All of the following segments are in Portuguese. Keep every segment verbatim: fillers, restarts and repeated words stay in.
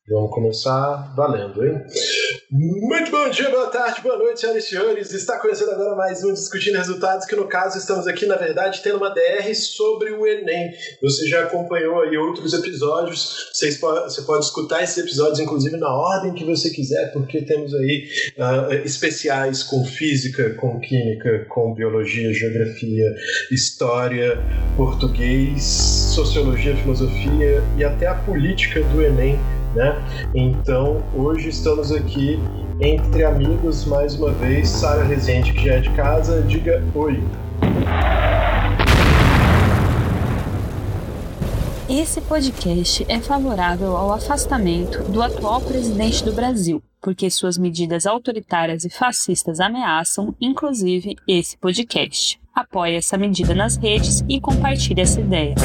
Vamos começar valendo, hein? Muito bom dia, boa tarde, boa noite, senhoras e senhores. Está começando agora mais um Discutindo Resultados, que no caso estamos aqui, na verdade, tendo uma D R sobre o Enem. Você já acompanhou aí outros episódios, Vocês po- você pode escutar esses episódios, inclusive, na ordem que você quiser, porque temos aí uh, especiais com física, com química, com biologia, geografia, história, português, sociologia, filosofia e até a política do Enem. Né? Então, hoje estamos aqui entre amigos mais uma vez. Sara Rezende, que já é de casa, diga oi. Esse podcast é favorável ao afastamento do atual presidente do Brasil, porque suas medidas autoritárias e fascistas ameaçam, inclusive, esse podcast. Apoie essa medida nas redes e compartilhe essa ideia.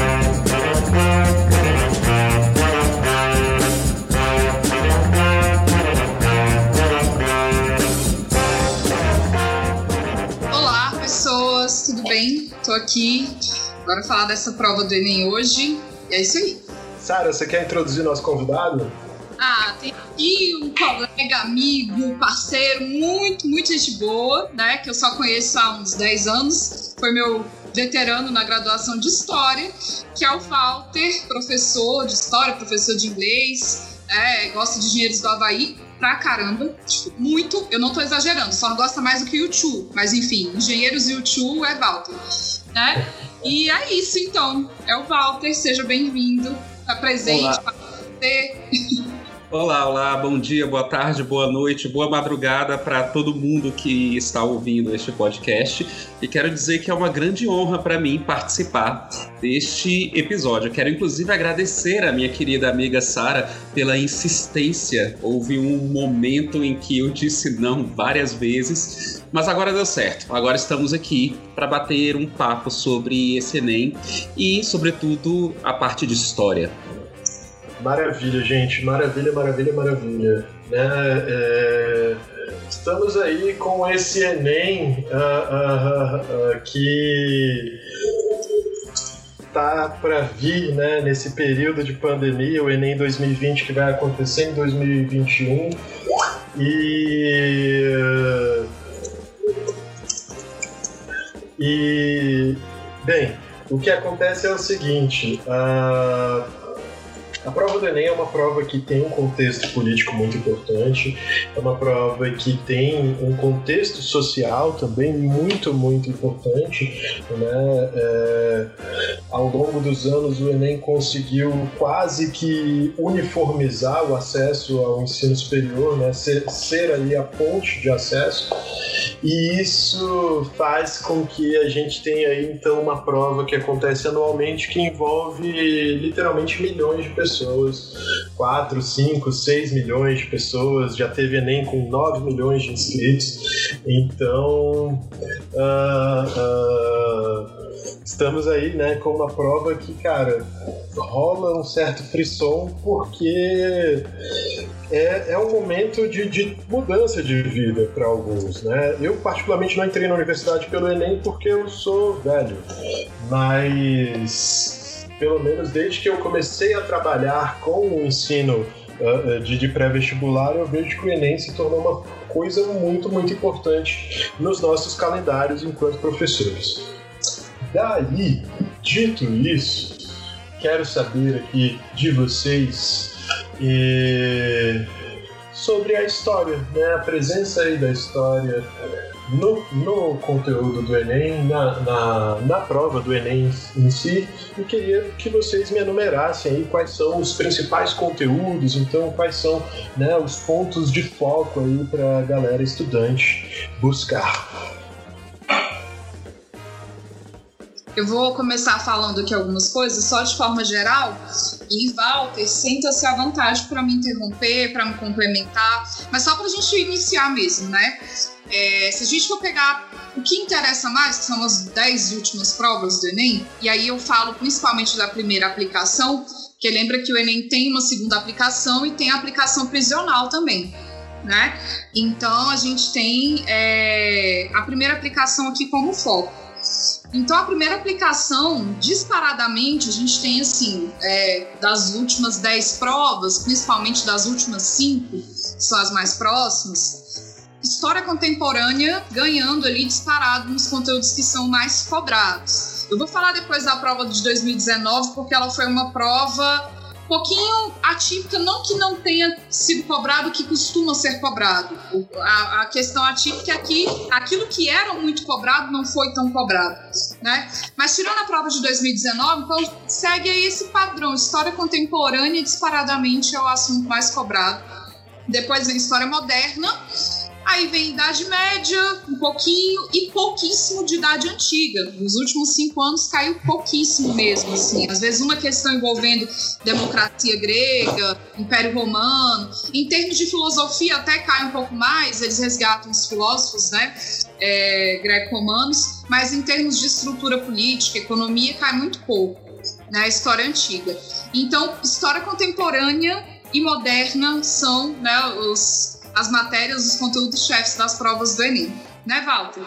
Tudo bem? Tô aqui agora falar dessa prova do Enem hoje, e é isso aí. Sara, você quer introduzir nosso convidado? Ah, tem aqui um colega, amigo, parceiro, muito, muito gente boa, né, que eu só conheço há uns dez anos, foi meu veterano na graduação de História, que é o Walter, professor de História, professor de Inglês, é, gosta de Engenheiros do Havaí, pra caramba, tipo, muito, eu não tô exagerando, só não gosta mais do que o YouTube, mas enfim, Engenheiros e YouTube é Walter, né? E é isso então, é o Walter, seja bem-vindo, tá presente para você. Olá, olá, bom dia, boa tarde, boa noite, boa madrugada para todo mundo que está ouvindo este podcast. E quero dizer que é uma grande honra para mim participar deste episódio. Quero inclusive agradecer a minha querida amiga Sara pela insistência. Houve um momento em que eu disse não várias vezes, mas agora deu certo. Agora estamos aqui para bater um papo sobre esse Enem e, sobretudo, a parte de história. Maravilha, gente, maravilha, maravilha, maravilha. Né? É, estamos aí com esse Enem uh, uh, uh, uh, que tá para vir, né, nesse período de pandemia, o Enem dois mil e vinte que vai acontecer em dois mil e vinte e um. E, e bem, o que acontece é o seguinte. Uh, A prova do Enem é uma prova que tem um contexto político muito importante, é uma prova que tem um contexto social também muito, muito importante, né? É, ao longo dos anos o Enem conseguiu quase que uniformizar o acesso ao ensino superior, né? Ser, ser ali a ponte de acesso, e isso faz com que a gente tenha aí então uma prova que acontece anualmente que envolve literalmente milhões de pessoas. pessoas, quatro, cinco, seis milhões de pessoas, já teve Enem com nove milhões de inscritos, então uh, uh, estamos aí, né, com uma prova que, cara, rola um certo frisson, porque é, é um momento de, de mudança de vida para alguns, né? Eu particularmente não entrei na universidade pelo Enem porque eu sou velho, mas pelo menos desde que eu comecei a trabalhar com o ensino uh, de, de pré-vestibular, eu vejo que o Enem se tornou uma coisa muito, muito importante nos nossos calendários enquanto professores. Daí, dito isso, quero saber aqui de vocês eh, sobre a história, né? A presença aí da história No, no conteúdo do Enem, na, na, na prova do Enem em si, eu queria que vocês me enumerassem aí quais são os principais conteúdos, então quais são, né, os pontos de foco aí para a galera estudante buscar. Eu vou começar falando aqui algumas coisas, só de forma geral, e Walter, sinta-se à vontade para me interromper, para me complementar, mas só para a gente iniciar mesmo, né? É, se a gente for pegar o que interessa mais, que são as dez últimas provas do Enem, e aí eu falo principalmente da primeira aplicação, porque lembra que o Enem tem uma segunda aplicação e tem a aplicação prisional também, né? Então a gente tem é, a primeira aplicação aqui como foco. Então, a primeira aplicação, disparadamente, a gente tem, assim, é, das últimas dez provas, principalmente das últimas cinco, que são as mais próximas, história contemporânea ganhando ali disparado nos conteúdos que são mais cobrados. Eu vou falar depois da prova de dois mil e dezenove, porque ela foi uma prova um pouquinho atípica, não que não tenha sido cobrado, que costuma ser cobrado. A, a questão atípica é que aquilo que era muito cobrado não foi tão cobrado, né? Mas tirando a prova de dois mil e dezenove, então segue aí esse padrão. História contemporânea disparadamente é o assunto mais cobrado. Depois vem história moderna. Aí vem Idade Média, um pouquinho, e pouquíssimo de Idade Antiga. Nos últimos cinco anos caiu pouquíssimo mesmo, assim. Às vezes uma questão envolvendo democracia grega, Império Romano. Em termos de filosofia até cai um pouco mais, eles resgatam os filósofos, né, é, greco-romanos, mas em termos de estrutura política, economia, cai muito pouco, né, a história antiga. Então, história contemporânea e moderna são, né, os... as matérias, os conteúdos-chefes das provas do Enem. Né, Walter?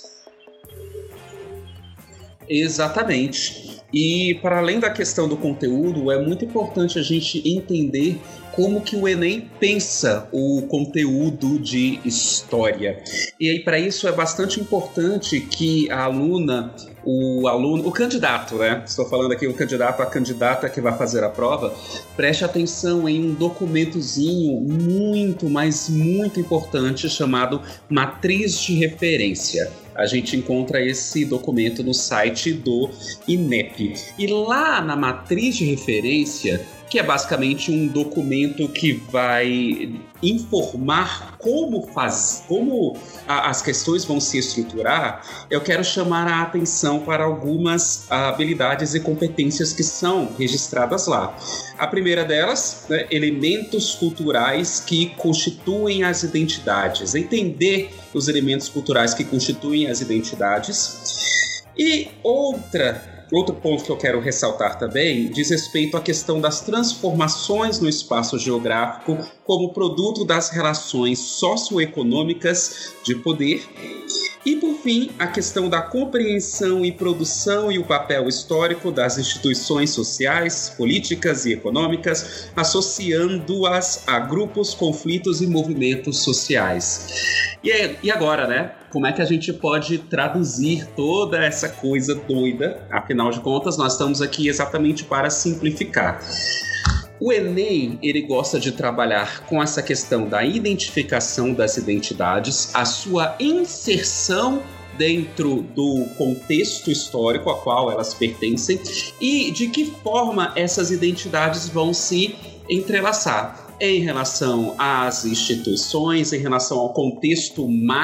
Exatamente. E, para além da questão do conteúdo, é muito importante a gente entender como que o Enem pensa o conteúdo de história. E aí, para isso, é bastante importante que a aluna, o aluno, o candidato, né? Estou falando aqui o candidato, a candidata que vai fazer a prova, preste atenção em um documentozinho muito, mas muito importante chamado Matriz de Referência. A gente encontra esse documento no site do INEP. E lá na Matriz de Referência, que é basicamente um documento que vai informar como, faz, como a, as questões vão se estruturar, eu quero chamar a atenção para algumas habilidades e competências que são registradas lá. A primeira delas, né, elementos culturais que constituem as identidades. Entender os elementos culturais que constituem as identidades. E outra... Outro ponto que eu quero ressaltar também diz respeito à questão das transformações no espaço geográfico como produto das relações socioeconômicas de poder. E, por fim, a questão da compreensão e produção e o papel histórico das instituições sociais, políticas e econômicas, associando-as a grupos, conflitos e movimentos sociais. E, é, e agora, né? Como é que a gente pode traduzir toda essa coisa doida? Afinal de contas, nós estamos aqui exatamente para simplificar. O Enem, ele gosta de trabalhar com essa questão da identificação das identidades, a sua inserção dentro do contexto histórico a qual elas pertencem e de que forma essas identidades vão se entrelaçar em relação às instituições, em relação ao contexto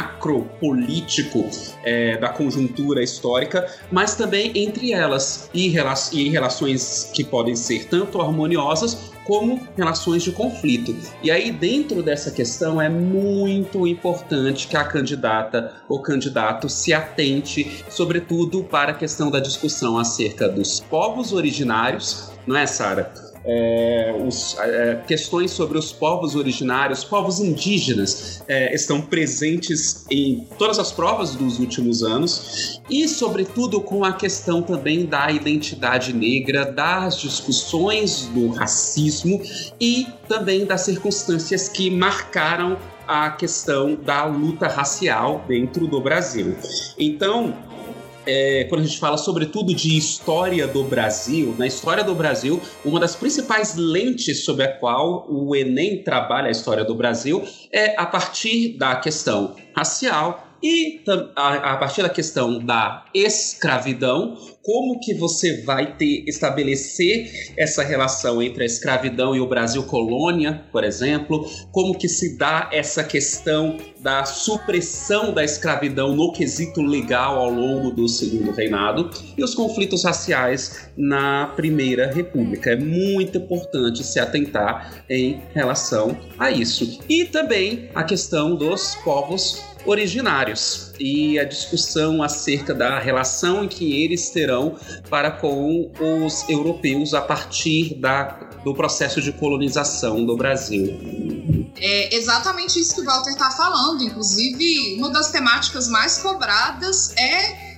macropolítico é, da conjuntura histórica, mas também entre elas, e, rela- e relações que podem ser tanto harmoniosas como relações de conflito. E aí, dentro dessa questão, é muito importante que a candidata ou candidato se atente, sobretudo para a questão da discussão acerca dos povos originários, não é, Sara? É, os, é, questões sobre os povos originários, povos indígenas, é, estão presentes em todas as provas dos últimos anos e, sobretudo, com a questão também da identidade negra, das discussões do racismo e também das circunstâncias que marcaram a questão da luta racial dentro do Brasil. Então, É, quando a gente fala sobretudo de história do Brasil, na história do Brasil, uma das principais lentes sobre a qual o Enem trabalha a história do Brasil é a partir da questão racial e a, a partir da questão da escravidão, como que você vai ter, estabelecer essa relação entre a escravidão e o Brasil colônia, por exemplo, como que se dá essa questão da supressão da escravidão no quesito legal ao longo do Segundo Reinado e os conflitos raciais na Primeira República. É muito importante se atentar em relação a isso. E também a questão dos povos originários e a discussão acerca da relação em que eles terão para com os europeus a partir da, do processo de colonização do Brasil. É exatamente isso que o Walter está falando. Inclusive, uma das temáticas mais cobradas é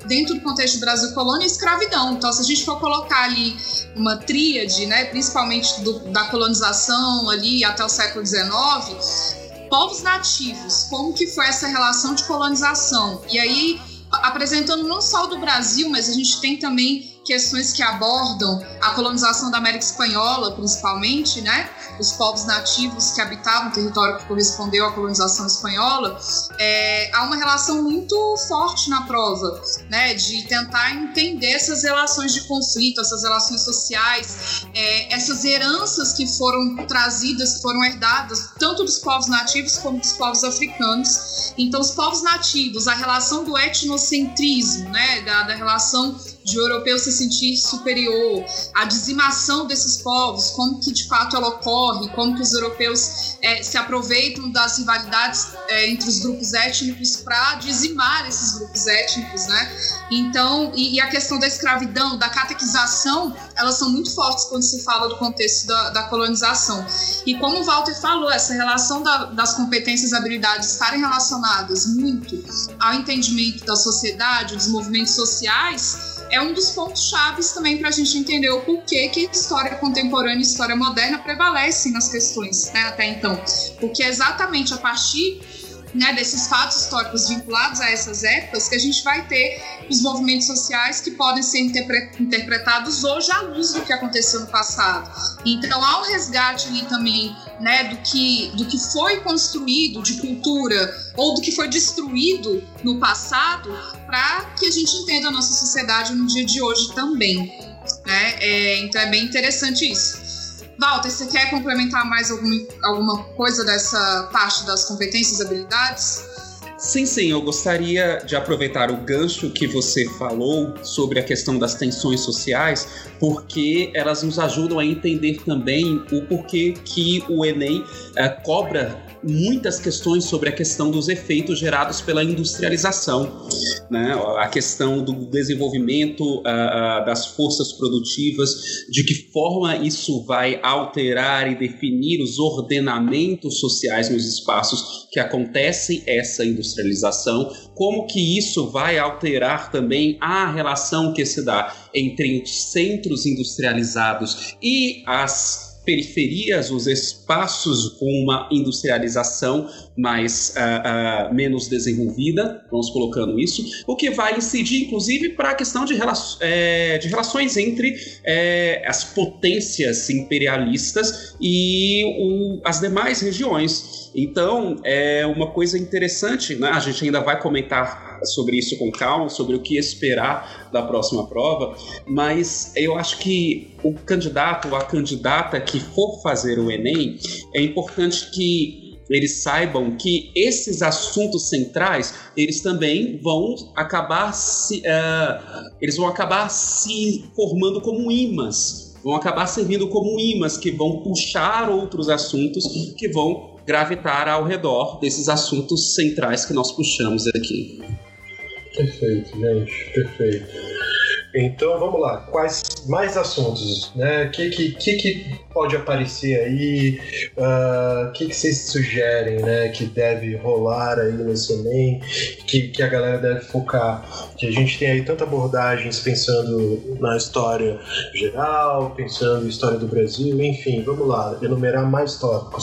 dentro do contexto do Brasil colônia, a escravidão. Então, se a gente for colocar ali uma tríade, né, principalmente do, da colonização ali até o século dezenove, povos nativos, como que foi essa relação de colonização? E aí, apresentando não só do Brasil, mas a gente tem também questões que abordam a colonização da América Espanhola, principalmente, né? Os povos nativos que habitavam o território que correspondeu à colonização espanhola. É, há uma relação muito forte na prova, né? De tentar entender essas relações de conflito, essas relações sociais, é, essas heranças que foram trazidas, que foram herdadas, tanto dos povos nativos como dos povos africanos. Então, os povos nativos, a relação do etnocentrismo, né? Da, da relação de o europeu se sentir superior, a dizimação desses povos, como que de fato ela ocorre, como que os europeus é, se aproveitam das rivalidades é, entre os grupos étnicos para dizimar esses grupos étnicos, né? Então, e, e a questão da escravidão, da catequização, elas são muito fortes quando se fala do contexto da, da colonização. E como o Walter falou, essa relação da, das competências e habilidades estarem relacionadas muito ao entendimento da sociedade, dos movimentos sociais, é um dos pontos chaves também para a gente entender o porquê que história contemporânea e história moderna prevalecem nas questões, né, até então. Porque é exatamente a partir, né, desses fatos históricos vinculados a essas épocas que a gente vai ter os movimentos sociais que podem ser interpre- interpretados hoje à luz do que aconteceu no passado. Então há um resgate ali também, né, do que, do que foi construído de cultura ou do que foi destruído no passado para que a gente entenda a nossa sociedade no dia de hoje também, né? É, então é bem interessante isso. Walter, você quer complementar mais alguma, alguma coisa dessa parte das competências e habilidades? Sim, sim, eu gostaria de aproveitar o gancho que você falou sobre a questão das tensões sociais, porque elas nos ajudam a entender também o porquê que o Enem é, cobra muitas questões sobre a questão dos efeitos gerados pela industrialização, né? A questão do desenvolvimento uh, uh, das forças produtivas, de que forma isso vai alterar e definir os ordenamentos sociais nos espaços que acontece essa industrialização, como que isso vai alterar também a relação que se dá entre os centros industrializados e as periferias, os espaços com uma industrialização mais uh, uh, menos desenvolvida, vamos colocando isso, o que vai incidir inclusive para a questão de, rela- é, de relações entre é, as potências imperialistas e o, as demais regiões. Então, é uma coisa interessante, né? A gente ainda vai comentar sobre isso com calma, sobre o que esperar da próxima prova, mas eu acho que o candidato ou a candidata que for fazer o Enem, é importante que eles saibam que esses assuntos centrais, eles também vão acabar se, uh, eles vão acabar se formando como imãs, vão acabar servindo como imãs que vão puxar outros assuntos que vão gravitar ao redor desses assuntos centrais que nós puxamos aqui. Perfeito, gente, perfeito. Então vamos lá, quais mais assuntos, né? O que, que, que, que pode aparecer aí? O uh, que, que vocês sugerem, né? Que deve rolar aí nesse Enem, que, que a galera deve focar? Que a gente tem aí tanta abordagens pensando na história geral, pensando na história do Brasil, enfim, vamos lá, enumerar mais tópicos.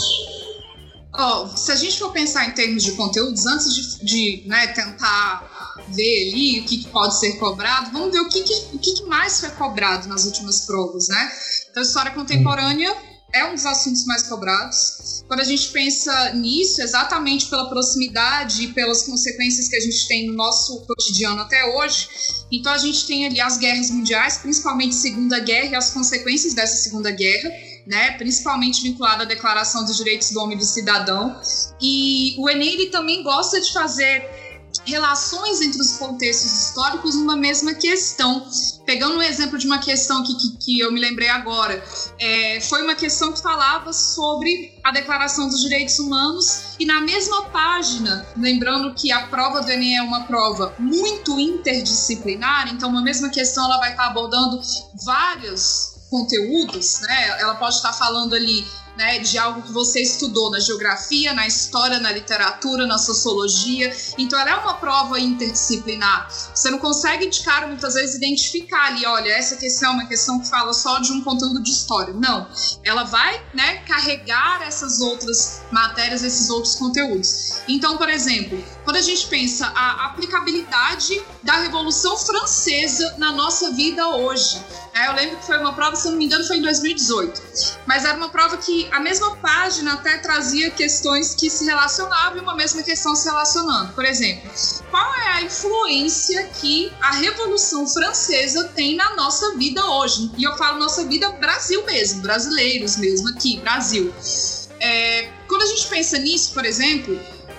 Oh, se a gente for pensar em termos de conteúdos, antes de, de né, tentar ver ali o que, que pode ser cobrado, vamos ver o que, que, o que, que mais foi cobrado nas últimas provas, né? Então, a história contemporânea é um dos assuntos mais cobrados. Quando a gente pensa nisso, exatamente pela proximidade e pelas consequências que a gente tem no nosso cotidiano até hoje, então a gente tem ali as guerras mundiais, principalmente a Segunda Guerra e as consequências dessa Segunda Guerra, né, principalmente vinculada à Declaração dos Direitos do Homem e do Cidadão. E o Enem ele também gosta de fazer relações entre os contextos históricos numa mesma questão. Pegando um exemplo de uma questão que, que, que eu me lembrei agora, é, foi uma questão que falava sobre a Declaração dos Direitos Humanos e na mesma página, lembrando que a prova do Enem é uma prova muito interdisciplinar, então uma mesma questão ela vai estar abordando vários conteúdos, né? Ela pode estar falando ali né, de algo que você estudou na geografia, na história, na literatura, na sociologia. Então ela é uma prova interdisciplinar. Você não consegue de cara muitas vezes identificar ali, olha, essa questão é uma questão que fala só de um conteúdo de história. Não, ela vai, né, carregar essas outras matérias, esses outros conteúdos. Então, por exemplo, quando a gente pensa a aplicabilidade da Revolução Francesa na nossa vida hoje, né, eu lembro que foi uma prova, se eu não me engano, foi em dois mil e dezoito, mas era uma prova que a mesma página até trazia questões que se relacionavam e uma mesma questão se relacionando. Por exemplo, qual é a influência que a Revolução Francesa tem na nossa vida hoje? E eu falo nossa vida Brasil mesmo, brasileiros mesmo aqui, Brasil. É, quando a gente pensa nisso, por exemplo,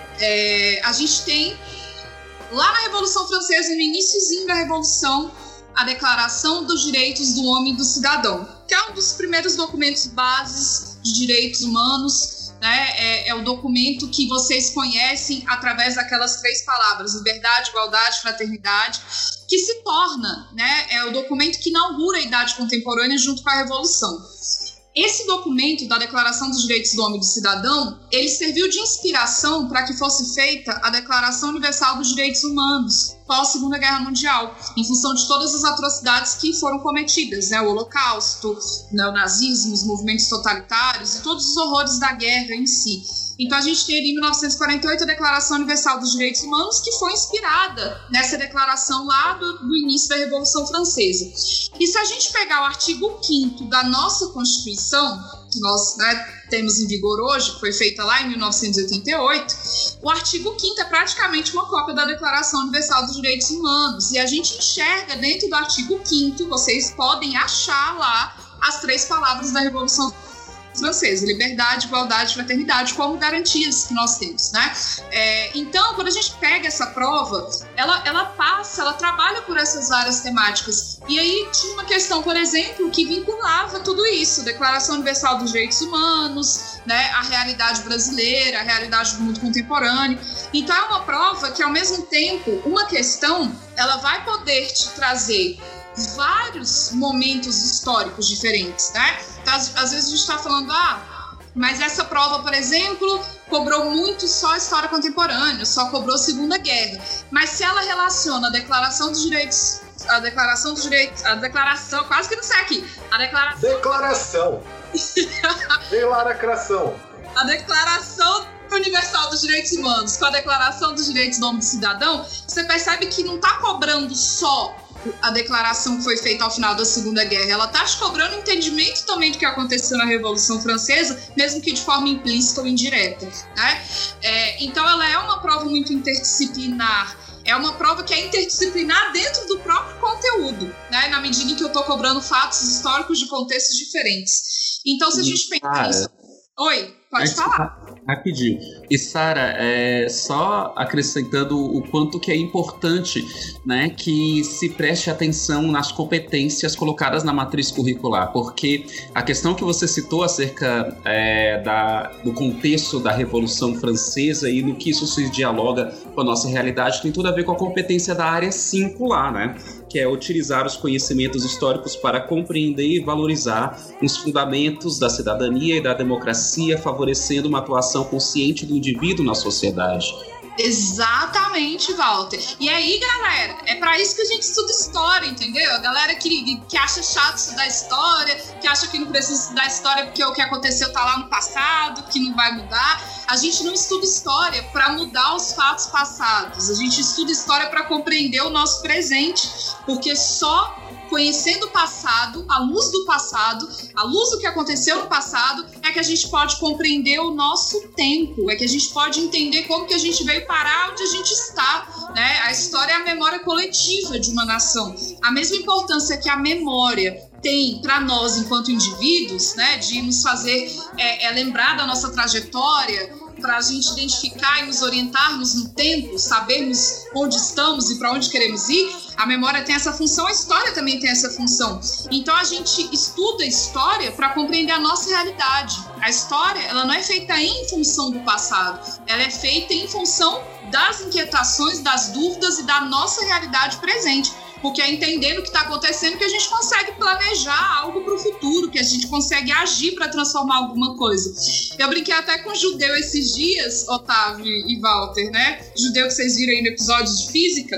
é, a gente tem lá na Revolução Francesa, no iniciozinho da Revolução, a Declaração dos Direitos do Homem e do Cidadão, que é um dos primeiros documentos bases de direitos humanos, né? É, é o documento que vocês conhecem através daquelas três palavras, liberdade, igualdade, fraternidade, que se torna, né, é o documento que inaugura a Idade Contemporânea junto com a Revolução. Esse documento da Declaração dos Direitos do Homem e do Cidadão, ele serviu de inspiração para que fosse feita a Declaração Universal dos Direitos Humanos pós-Segunda Guerra Mundial, em função de todas as atrocidades que foram cometidas, né? O Holocausto, né, o nazismo, os movimentos totalitários e todos os horrores da guerra em si. Então a gente tem ali em mil novecentos e quarenta e oito a Declaração Universal dos Direitos Humanos, que foi inspirada nessa declaração lá do, do início da Revolução Francesa. E se a gente pegar o artigo quinto da nossa Constituição, que nós, né, temos em vigor hoje, que foi feita lá em mil novecentos e oitenta e oito, o artigo quinto é praticamente uma cópia da Declaração Universal dos Direitos Humanos. E a gente enxerga dentro do artigo quinto, vocês podem achar lá as três palavras da Revolução Francesa: liberdade, igualdade, fraternidade, como garantias que nós temos, né? É, então, quando a gente pega essa prova, ela, ela passa, ela trabalha por essas várias temáticas. E aí tinha uma questão, por exemplo, que vinculava tudo isso: Declaração Universal dos Direitos Humanos, né, a realidade brasileira, a realidade do mundo contemporâneo. Então é uma prova que, ao mesmo tempo, uma questão, ela vai poder te trazer vários momentos históricos diferentes, né? Então, às, às vezes a gente está falando, ah, mas essa prova, por exemplo, cobrou muito só a história contemporânea, só cobrou a Segunda Guerra. Mas se ela relaciona a Declaração dos Direitos, a Declaração dos Direitos, a Declaração, quase que não sei aqui, a Declaração... Declaração! Declaração! A Declaração Universal dos Direitos Humanos com a Declaração dos Direitos do Homem e do Cidadão, você percebe que não está cobrando só a declaração que foi feita ao final da Segunda Guerra, ela está te cobrando entendimento também do que aconteceu na Revolução Francesa, mesmo que de forma implícita ou indireta, né? É, então ela é uma prova muito interdisciplinar, é uma prova que é interdisciplinar dentro do próprio conteúdo, né? Na medida em que eu estou cobrando fatos históricos de contextos diferentes. Então, se a gente pensa nisso... Oi, pode falar. Rapidinho. E Sara, é, só acrescentando o quanto que é importante, né, que se preste atenção nas competências colocadas na matriz curricular, porque a questão que você citou acerca é, da, do contexto da Revolução Francesa e no que isso se dialoga com a nossa realidade tem tudo a ver com a competência da área cinco lá, né? Que é utilizar os conhecimentos históricos para compreender e valorizar os fundamentos da cidadania e da democracia, favorecendo uma atuação consciente do indivíduo na sociedade. Exatamente, Walter. E aí, galera, é pra isso que a gente estuda história, entendeu? A galera que, que acha chato estudar história, que acha que não precisa estudar história porque o que aconteceu tá lá no passado, que não vai mudar. A gente não estuda história para mudar os fatos passados. A gente estuda história para compreender o nosso presente, porque só conhecendo o passado, a luz do passado, a luz do que aconteceu no passado, é que a gente pode compreender o nosso tempo, é que a gente pode entender como que a gente veio parar onde a gente está, né? A história é a memória coletiva de uma nação. A mesma importância que a memória tem para nós enquanto indivíduos, né, de nos fazer é, é, lembrar da nossa trajetória, para a gente identificar e nos orientarmos no tempo, sabermos onde estamos e para onde queremos ir, a memória tem essa função, a história também tem essa função. Então a gente estuda a história para compreender a nossa realidade. A história, ela não é feita em função do passado, ela é feita em função das inquietações, das dúvidas e da nossa realidade presente. porque é entendendo o que está acontecendo que a gente consegue planejar algo para o futuro, que a gente consegue agir para transformar alguma coisa. Eu brinquei até com judeu esses dias, Otávio e Walter, né? Judeu que vocês viram aí no episódio de física,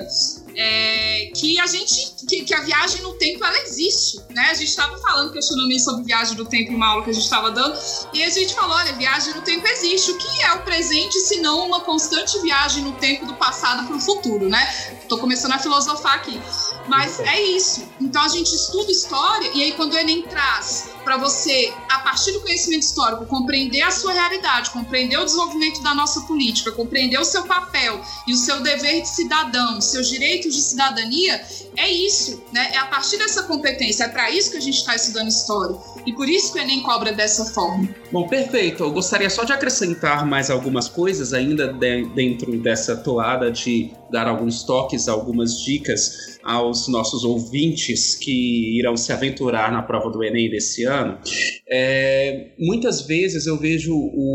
é, que a gente, que, que a viagem no tempo ela existe, né? A gente estava falando, questionamento sobre viagem no tempo em uma aula que a gente estava dando, e a gente falou, olha, viagem no tempo existe. O que é o presente se não uma constante viagem no tempo do passado para o futuro, né? Tô começando a filosofar aqui. Mas é isso. Então a gente estuda história e aí quando o Enem traz para você, a partir do conhecimento histórico, compreender a sua realidade, compreender o desenvolvimento da nossa política, compreender o seu papel e o seu dever de cidadão, os seus direitos de cidadania, é isso, né? É a partir dessa competência, é para isso que a gente está estudando história. E por isso que o Enem cobra dessa forma. Bom, perfeito. Eu gostaria só de acrescentar mais algumas coisas ainda de, dentro dessa toada, de dar alguns toques, algumas dicas aos nossos ouvintes que irão se aventurar na prova do Enem desse ano. É, muitas vezes eu vejo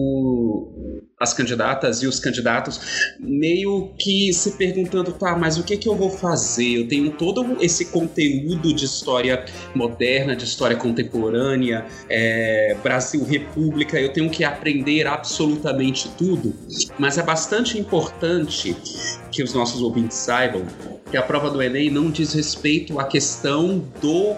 o, as candidatas e os candidatos meio que se perguntando, tá, mas o que, que eu vou fazer? Eu tenho todo esse conteúdo de história moderna, de história contemporânea, é, Brasil República, eu tenho que aprender absolutamente tudo, mas é bastante importante que os nossos ouvintes saibam que a prova do Enem não diz respeito à questão do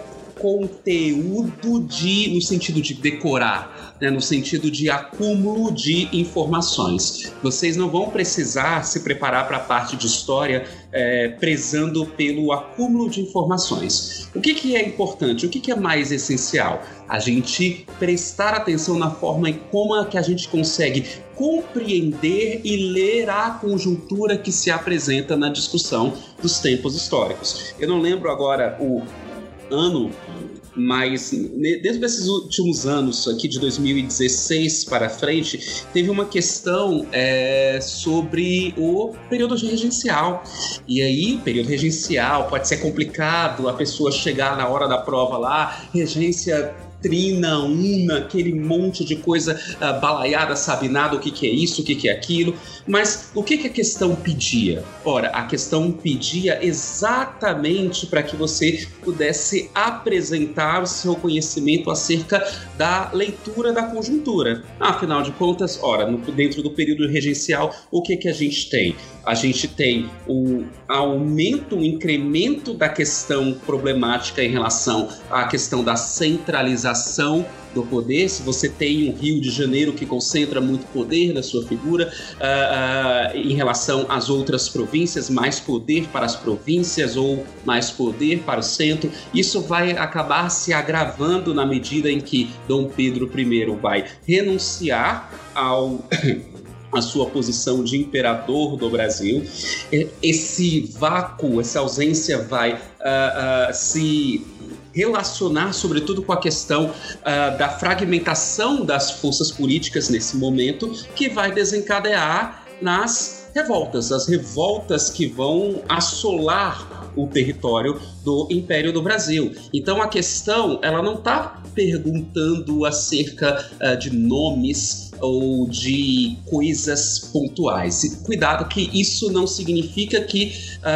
conteúdo de, no sentido de decorar, né, no sentido de acúmulo de informações. Vocês não vão precisar se preparar para a parte de história é, prezando pelo acúmulo de informações. O que, que é importante? O que, que é mais essencial? A gente prestar atenção na forma em como é que a gente consegue compreender e ler a conjuntura que se apresenta na discussão dos tempos históricos. Eu não lembro agora o ano, mas desde esses últimos anos, aqui de dois mil e dezesseis para frente, teve uma questão é, sobre o período regencial. E aí, período regencial pode ser complicado, a pessoa chegar na hora da prova lá, regência trina, una, aquele monte de coisa uh, balaiada, sabe nada o que, que é isso, o que, que é aquilo. Mas o que, que a questão pedia? Ora, a questão pedia exatamente para que você pudesse apresentar o seu conhecimento acerca da leitura da conjuntura. Afinal de contas, ora, no, dentro do período regencial, o que, que a gente tem? A gente tem o aumento, o incremento da questão problemática em relação à questão da centralização do poder. Se você tem um Rio de Janeiro que concentra muito poder na sua figura, uh, uh, em relação às outras províncias, mais poder para as províncias ou mais poder para o centro, isso vai acabar se agravando na medida em que Dom Pedro I vai renunciar ao... a sua posição de imperador do Brasil. Esse vácuo, essa ausência vai uh, uh, se relacionar sobretudo com a questão uh, da fragmentação das forças políticas nesse momento, que vai desencadear nas revoltas, as revoltas que vão assolar o território do Império do Brasil. Então a questão, ela não está perguntando acerca uh, de nomes ou de coisas pontuais. Cuidado que isso não significa que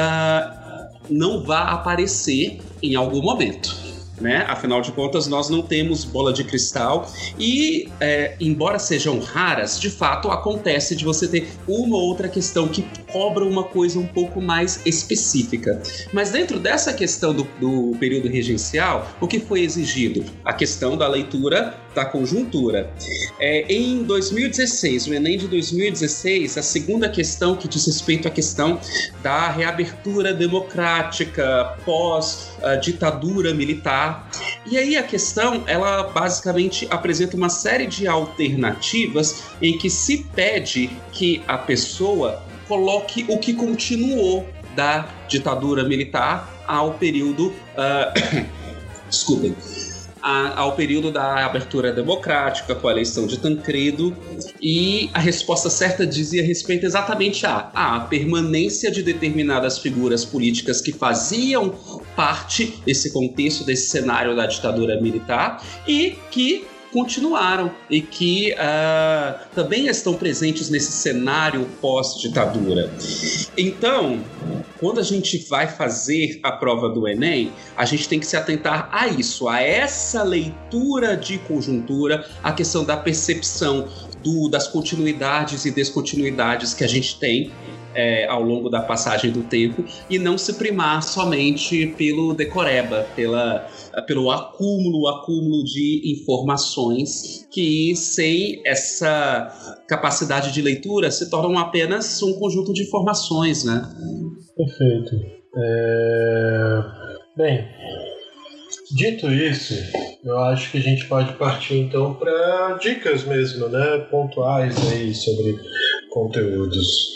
uh, não vá aparecer em algum momento, né? Afinal de contas, nós não temos bola de cristal e, é, embora sejam raras, de fato acontece de você ter uma ou outra questão que cobra uma coisa um pouco mais específica. Mas dentro dessa questão do, do período regencial, o que foi exigido? A questão da leitura da conjuntura. É, em dois mil e dezesseis, o Enem de dois mil e dezesseis, a segunda questão que diz respeito à questão da reabertura democrática pós a ditadura militar. E aí a questão, ela basicamente apresenta uma série de alternativas em que se pede que a pessoa coloque o que continuou da ditadura militar ao período... Uh, desculpem. A, ao período da abertura democrática, com a eleição de Tancredo, e a resposta certa dizia respeito exatamente a, a permanência de determinadas figuras políticas que faziam parte desse contexto, desse cenário da ditadura militar, e que continuaram e que uh, também estão presentes nesse cenário pós-ditadura. Então, quando a gente vai fazer a prova do Enem, a gente tem que se atentar a isso, a essa leitura de conjuntura, a questão da percepção do, das continuidades e descontinuidades que a gente tem É, ao longo da passagem do tempo, e não se primar somente pelo decoreba, pela, pelo acúmulo, acúmulo de informações que, sem essa capacidade de leitura, se tornam apenas um conjunto de informações, né? Perfeito. É... Bem, dito isso, eu acho que a gente pode partir então para dicas mesmo, né? Pontuais aí sobre conteúdos.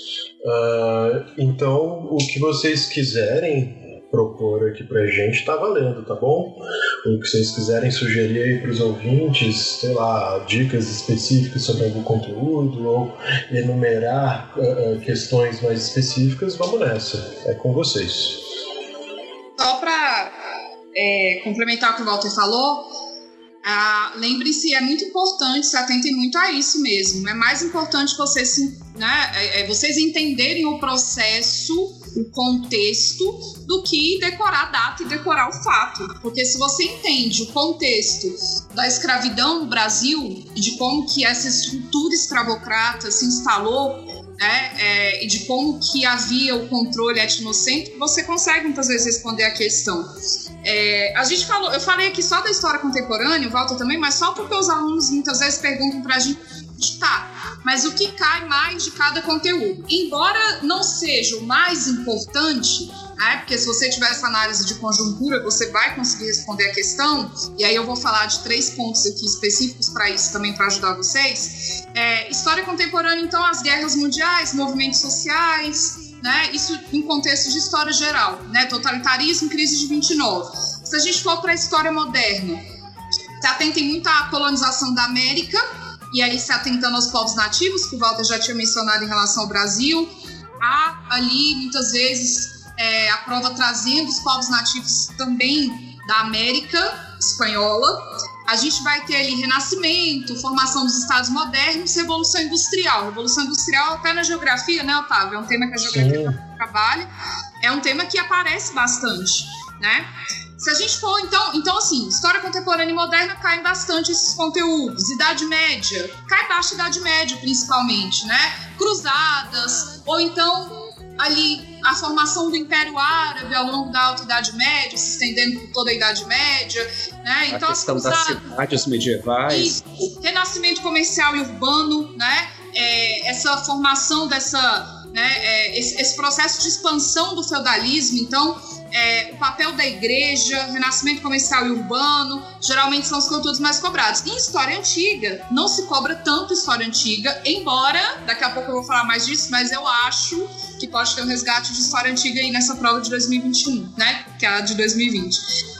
Uh, então, o que vocês quiserem propor aqui pra gente tá valendo, tá bom? O que vocês quiserem sugerir aí pros ouvintes, sei lá, dicas específicas sobre algum conteúdo ou enumerar uh, questões mais específicas, vamos nessa. É com vocês. Só pra é, complementar o que o Walter falou, Ah, lembre-se, é muito importante, se atentem muito a isso mesmo. É mais importante vocês, né, é, vocês entenderem o processo, o contexto, do que decorar a data e decorar o fato. Porque se você entende o contexto da escravidão no Brasil e de como que essa estrutura escravocrata se instalou, né, é, e de como que havia o controle etnocêntrico, você consegue muitas vezes responder a questão. É, a gente falou, eu falei aqui só da história contemporânea, o Walter também, mas só porque os alunos muitas vezes perguntam pra gente, tá, mas o que cai mais de cada conteúdo? Embora não seja o mais importante, né, porque se você tiver essa análise de conjuntura, você vai conseguir responder a questão, e aí eu vou falar de três pontos aqui específicos para isso também, para ajudar vocês. É, história contemporânea, então, as guerras mundiais, movimentos sociais, né, isso em contexto de história geral, né, totalitarismo, crise de vinte e nove. Se a gente for para a história moderna, se atentem muito à colonização da América, e aí se atentando aos povos nativos, que o Walter já tinha mencionado em relação ao Brasil, há ali, muitas vezes, é, a prova trazendo os povos nativos também da América espanhola. A gente vai ter ali renascimento, formação dos estados modernos, revolução industrial. Revolução industrial até na geografia, né, Otávio? É um tema que a geografia Sim. trabalha. É um tema que aparece bastante, né? Se a gente for, então, então, assim, história contemporânea e moderna caem bastante esses conteúdos. Idade Média, cai baixa Idade Média, principalmente, né? Cruzadas, ou então ali a formação do Império Árabe ao longo da Alta Idade Média, se estendendo por toda a Idade Média, né? Então, a questão das cidades medievais. E renascimento comercial e urbano, né? É, essa formação dessa, né? É, esse, esse processo de expansão do feudalismo, então, é, o papel da igreja, renascimento comercial e urbano, geralmente são os conteúdos mais cobrados. Em história antiga, não se cobra tanto história antiga, embora, daqui a pouco eu vou falar mais disso, mas eu acho que pode ter um resgate de história antiga aí nessa prova de dois mil e vinte e um, né? Que é a de dois mil e vinte.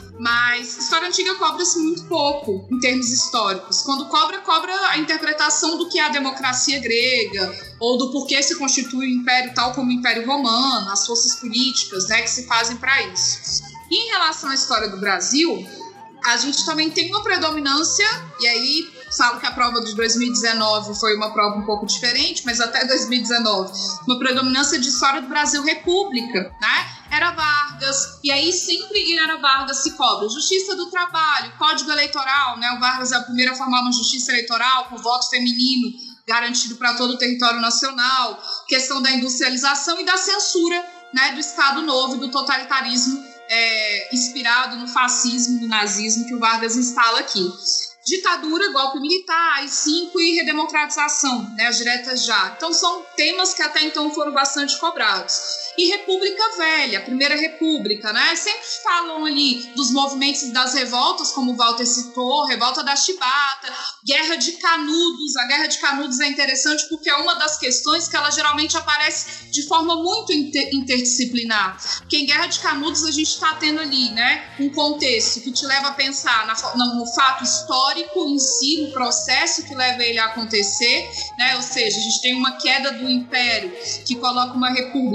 Mas história antiga cobra-se muito pouco em termos históricos. Quando cobra, cobra a interpretação do que é a democracia grega, ou do porquê se constitui o império tal como o Império Romano, as forças políticas, né, que se fazem para isso. E em relação à história do Brasil, a gente também tem uma predominância, e aí falo que a prova de dois mil e dezenove foi uma prova um pouco diferente, mas até dois mil e dezenove, uma predominância de história do Brasil República, né? Era Vargas, e aí sempre em Era Vargas se cobra Justiça do Trabalho, Código Eleitoral, né? O Vargas é o primeiro a formar uma justiça eleitoral com voto feminino garantido para todo o território nacional, questão da industrialização e da censura, né, do Estado Novo e do totalitarismo é, inspirado no fascismo, no nazismo que o Vargas instala aqui. Ditadura, golpe militar, A I cinco e redemocratização, né, as diretas já. Então são temas que até então foram bastante cobrados. E República Velha, Primeira República, né, sempre falam ali dos movimentos das revoltas, como o Walter citou, Revolta da Chibata, Guerra de Canudos. A Guerra de Canudos é interessante porque é uma das questões que ela geralmente aparece de forma muito inter- interdisciplinar. Porque em Guerra de Canudos a gente está tendo ali, né, um contexto que te leva a pensar na, no fato histórico em si, no processo que leva ele a acontecer, né? Ou seja, a gente tem uma queda do império que coloca uma república cheia de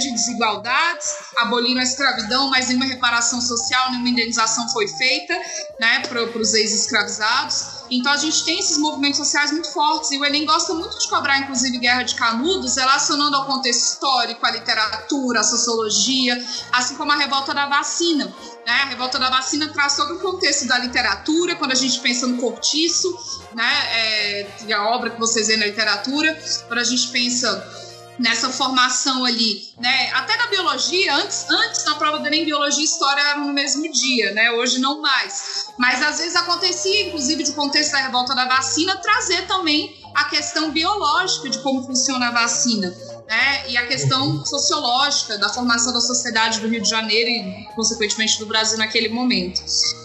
de desigualdades, aboliram a escravidão, mas nenhuma reparação social, nenhuma indenização foi feita, né, para os ex-escravizados. Então a gente tem esses movimentos sociais muito fortes, e o Enem gosta muito de cobrar, inclusive, Guerra de Canudos, relacionando ao contexto histórico, à literatura, à sociologia, assim como a revolta da vacina. Né? A revolta da vacina traz todo o contexto da literatura, quando a gente pensa no Cortiço, né, é, a obra que vocês veem na literatura, quando a gente pensa nessa formação ali, né? Até na biologia, antes, antes na prova do Enem, biologia e história eram no mesmo dia, né? Hoje não mais. Mas às vezes acontecia, inclusive, de contexto da revolta da vacina, trazer também a questão biológica de como funciona a vacina, né? E a questão sociológica da formação da sociedade do Rio de Janeiro e, consequentemente, do Brasil naquele momento.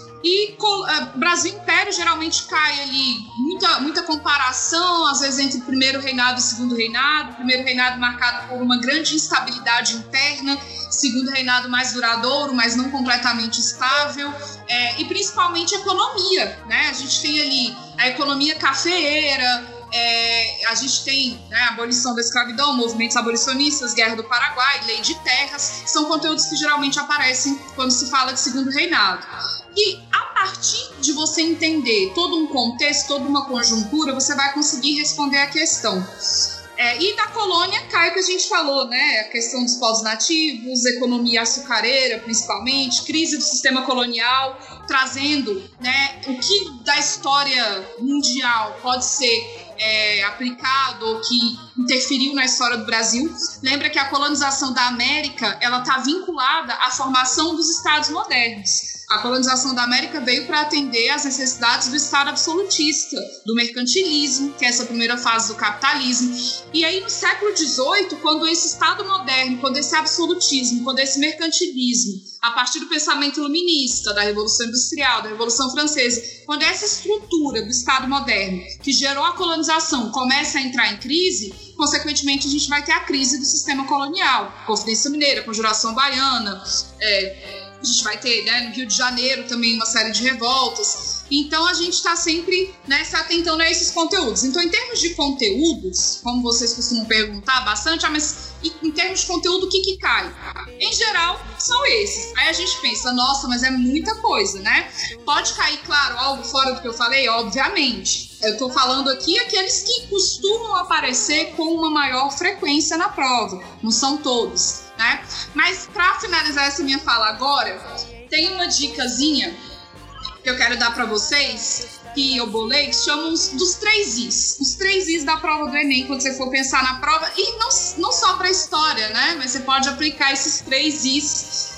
E uh, Brasil Império geralmente cai ali muita, muita comparação, às vezes, entre o primeiro reinado e o segundo reinado. O primeiro reinado marcado por uma grande instabilidade interna, segundo reinado mais duradouro, mas não completamente estável, é, e principalmente economia, né? A gente tem ali a economia cafeeira, É, a gente tem, né, a abolição da escravidão, movimentos abolicionistas, Guerra do Paraguai, Lei de Terras, são conteúdos que geralmente aparecem quando se fala de segundo reinado. E a partir de você entender todo um contexto, toda uma conjuntura, você vai conseguir responder a questão. É, e da colônia cai o que a gente falou, né? A questão dos povos nativos, economia açucareira, principalmente, crise do sistema colonial, trazendo, né, o que da história mundial pode ser é, aplicado ou que interferiu na história do Brasil. Lembra que a colonização da América, ela está vinculada à formação dos estados modernos. A colonização da América veio para atender às necessidades do Estado absolutista, do mercantilismo, que é essa primeira fase do capitalismo. E aí, no século dezoito, quando esse Estado moderno, quando esse absolutismo, quando esse mercantilismo, a partir do pensamento iluminista, da Revolução Industrial, da Revolução Francesa, quando essa estrutura do Estado moderno, que gerou a colonização, começa a entrar em crise, consequentemente, a gente vai ter a crise do sistema colonial, Conferência Mineira, Conjuração Baiana, é... a gente vai ter, né, no Rio de Janeiro também uma série de revoltas. Então a gente está sempre, né, se atentando a esses conteúdos. Então, em termos de conteúdos, como vocês costumam perguntar bastante, ah, mas em termos de conteúdo, o que que cai? Em geral, são esses. Aí a gente pensa, nossa, mas é muita coisa, né? Pode cair, claro, algo fora do que eu falei, obviamente. Eu estou falando aqui aqueles que costumam aparecer com uma maior frequência na prova. Não são todos, né? Mas para finalizar essa minha fala agora, tem uma dicasinha que eu quero dar para vocês, que eu bolei, que chamam dos três Is. Os três Is da prova do Enem, quando você for pensar na prova, e não, não só para história, né? Mas você pode aplicar esses três Is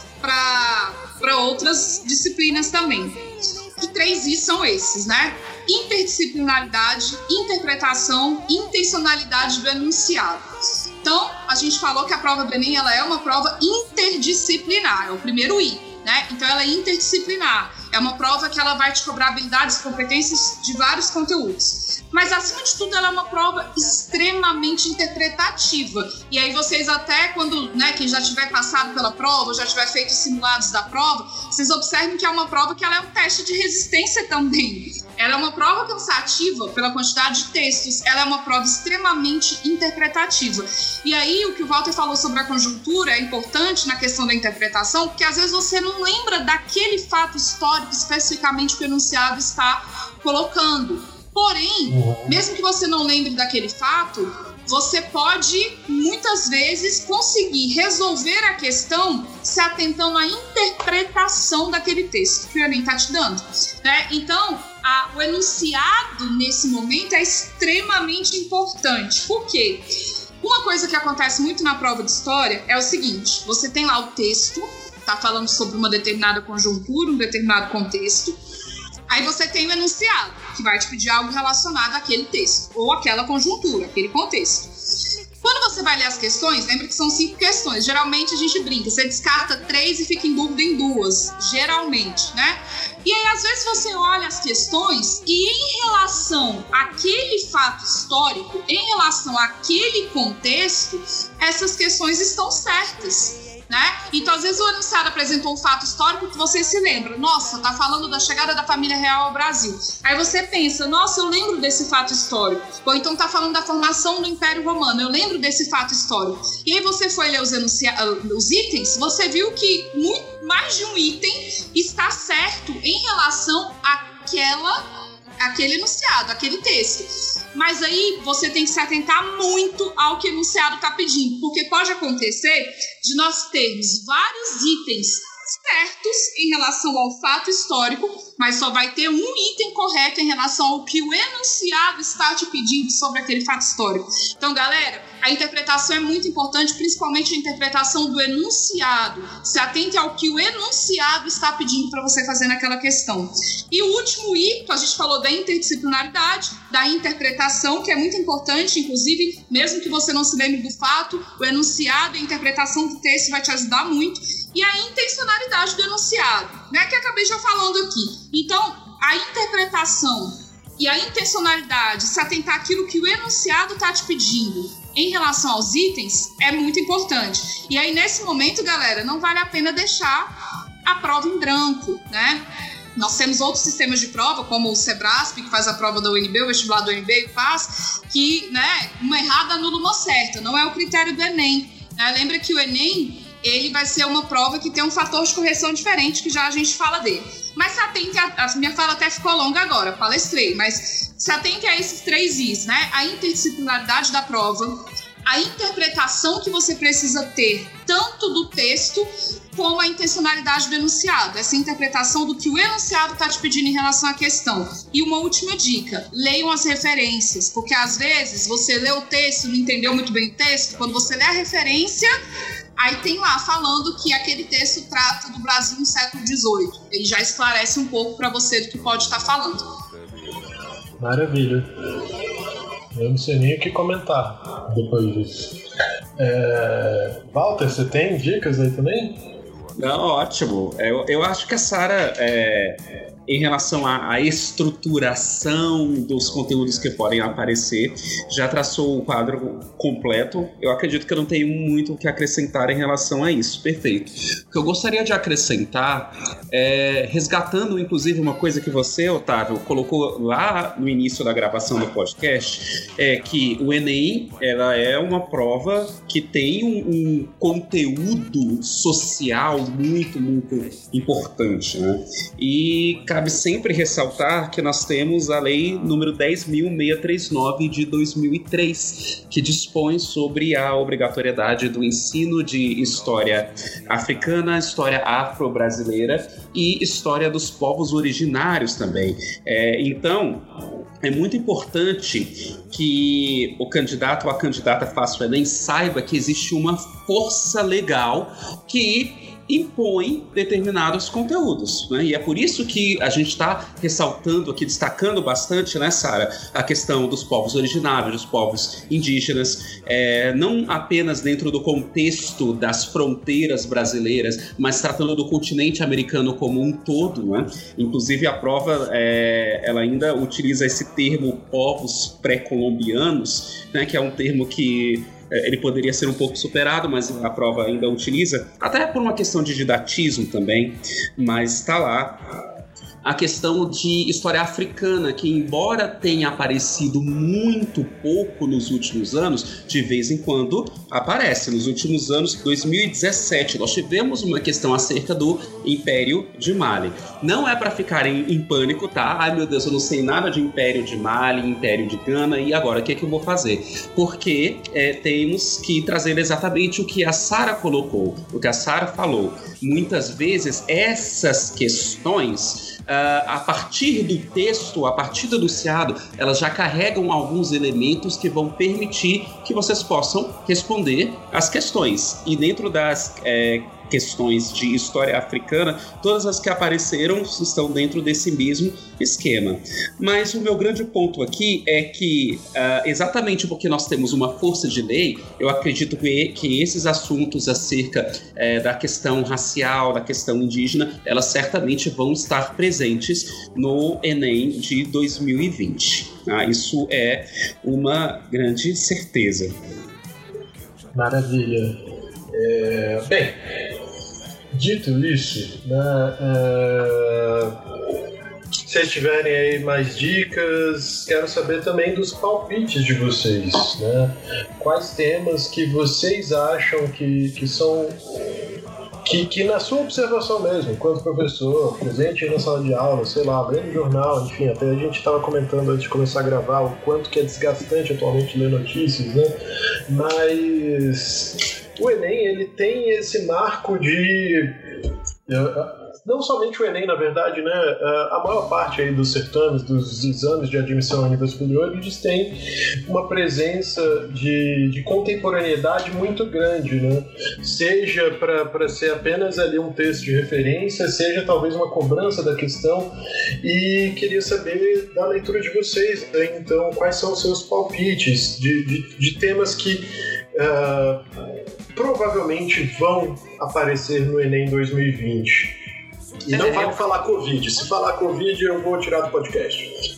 para outras disciplinas também. Que três Is são esses, né? Interdisciplinaridade, interpretação, intencionalidade do enunciado. Então, a gente falou que a prova do Enem, ela é uma prova interdisciplinar, é o primeiro I, né? Então, ela é interdisciplinar. É uma prova que ela vai te cobrar habilidades e competências de vários conteúdos. Mas, acima de tudo, ela é uma prova extremamente interpretativa. E aí vocês até, quando, né, quem já tiver passado pela prova, já tiver feito simulados da prova, vocês observem que é uma prova que ela é um teste de resistência também. Ela é uma prova cansativa pela quantidade de textos. Ela é uma prova extremamente interpretativa. E aí, o que o Walter falou sobre a conjuntura é importante na questão da interpretação, porque às vezes você não lembra daquele fato histórico especificamente que o enunciado está colocando. Porém, mesmo que você não lembre daquele fato, você pode, muitas vezes, conseguir resolver a questão se atentando à interpretação daquele texto que o Enem está te dando, né? Então, a, o enunciado, nesse momento, é extremamente importante. Por quê? Uma coisa que acontece muito na prova de história é o seguinte: você tem lá o texto, está falando sobre uma determinada conjuntura, um determinado contexto. Aí você tem o enunciado, que vai te pedir algo relacionado àquele texto, ou àquela conjuntura, aquele contexto. Quando você vai ler as questões, lembra que são cinco questões. Geralmente a gente brinca, você descarta três e fica em dúvida em duas, geralmente, né? E aí, às vezes, você olha as questões e, em relação àquele fato histórico, em relação àquele contexto, essas questões estão certas. né? Então, às vezes, o enunciado apresentou um fato histórico que você se lembra. Nossa, tá falando da chegada da família real ao Brasil. Aí você pensa, nossa, eu lembro desse fato histórico. Ou então tá falando da formação do Império Romano, eu lembro desse fato histórico. E aí você foi ler os, enuncia... os itens, você viu que muito, mais de um item está certo em relação àquela... aquele enunciado, aquele texto. Mas aí você tem que se atentar muito ao que o enunciado está pedindo, porque pode acontecer de nós termos vários itens certos em relação ao fato histórico, mas só vai ter um item correto em relação ao que o enunciado está te pedindo sobre aquele fato histórico. Então, galera, a interpretação é muito importante, principalmente a interpretação do enunciado. Se atente ao que o enunciado está pedindo para você fazer naquela questão. E o último item, a gente falou da interdisciplinaridade, da interpretação, que é muito importante, inclusive, mesmo que você não se lembre do fato, o enunciado e a interpretação do texto vai te ajudar muito. E a intencionalidade do enunciado, né, que eu acabei já falando aqui. Então, a interpretação e a intencionalidade, se atentar àquilo que o enunciado está te pedindo em relação aos itens, é muito importante. E aí, nesse momento, galera, não vale a pena deixar a prova em branco, né? Nós temos outros sistemas de prova, como o Sebrasp, que faz a prova da U N B, o vestibular da U N B faz, que, né, uma errada anula uma certa, não é o critério do Enem. Né? Lembra que o Enem, ele vai ser uma prova que tem um fator de correção diferente, que já a gente fala dele. Mas se atente, a, a minha fala até ficou longa agora, palestrei, mas se atente a esses três Is, né? A interdisciplinaridade da prova, a interpretação que você precisa ter, tanto do texto, como a intencionalidade do enunciado, essa interpretação do que o enunciado está te pedindo em relação à questão. E uma última dica, leiam as referências, porque às vezes você lê o texto, não entendeu muito bem o texto, quando você lê a referência, aí tem lá falando que aquele texto trata do Brasil no século dezoito. Ele já esclarece um pouco para você do que pode estar falando. Maravilha. Eu não sei nem o que comentar depois disso. É... Walter, você tem dicas aí também? Não, ótimo. Eu, eu acho que a Sara, é, em relação à, à estruturação dos conteúdos que podem aparecer, já traçou o quadro completo. Eu acredito que eu não tenho muito o que acrescentar em relação a isso. Perfeito. O que eu gostaria de acrescentar, é, resgatando inclusive uma coisa que você, Otávio, colocou lá no início da gravação do podcast, é que o Enem, ela é uma prova que tem um, um conteúdo social muito, muito importante, né? E cabe sempre ressaltar que nós temos a lei número dez mil seiscentos e trinta e nove de dois mil e três, que dispõe sobre a obrigatoriedade do ensino de história africana, história afro-brasileira e história dos povos originários também. É, então, é muito importante que o candidato ou a candidata faça o Enem saiba que existe uma força legal que impõe determinados conteúdos, né? E é por isso que a gente está ressaltando aqui, destacando bastante, né, Sara, a questão dos povos originários, dos povos indígenas, é, não apenas dentro do contexto das fronteiras brasileiras, mas tratando do continente americano como um todo, né? Inclusive a prova, é, ela ainda utiliza esse termo povos pré-colombianos, né, que é um termo que ele poderia ser um pouco superado, mas a prova ainda utiliza, até por uma questão de didatismo também, mas está lá. A questão de história africana, que embora tenha aparecido muito pouco nos últimos anos, de vez em quando aparece. Nos últimos anos, dois mil e dezessete, nós tivemos uma questão acerca do Império de Mali. Não é para ficarem em pânico, tá? Ai meu Deus, eu não sei nada de Império de Mali, Império de Gana, e agora o que é que eu vou fazer? Porque é, temos que trazer exatamente o que a Sara colocou, o que a Sara falou. Muitas vezes essas questões, Uh, a partir do texto, a partir do enunciado, elas já carregam alguns elementos que vão permitir que vocês possam responder as questões. E dentro das é, questões de história africana, todas as que apareceram estão dentro desse mesmo esquema. Mas o meu grande ponto aqui é que, uh, exatamente porque nós temos uma força de lei, eu acredito que, que esses assuntos acerca uh, da questão racial, da questão indígena, elas certamente vão estar presentes no Enem de dois mil e vinte. Ah, isso é uma grande certeza. Maravilha. É, bem, dito isso, né, uh, se vocês tiverem aí mais dicas, quero saber também dos palpites de vocês, né? Quais temas que vocês acham que, que são... Que, que na sua observação mesmo, enquanto professor, presente na sala de aula, sei lá, lendo jornal, enfim, até a gente estava comentando antes de começar a gravar o quanto que é desgastante atualmente ler notícias, né? Mas o Enem, ele tem esse marco de... Não somente o Enem, na verdade, né? A maior parte aí dos certames, dos exames de admissão a nível superior, eles têm uma presença de, de contemporaneidade muito grande, né? Seja para ser apenas ali um texto de referência, seja talvez uma cobrança da questão. E queria saber da leitura de vocês, né? Então, quais são os seus palpites de, de, de temas que uh, provavelmente vão aparecer no Enem dois mil e vinte. E não vale falar Covid. Se falar Covid, eu vou tirar do podcast.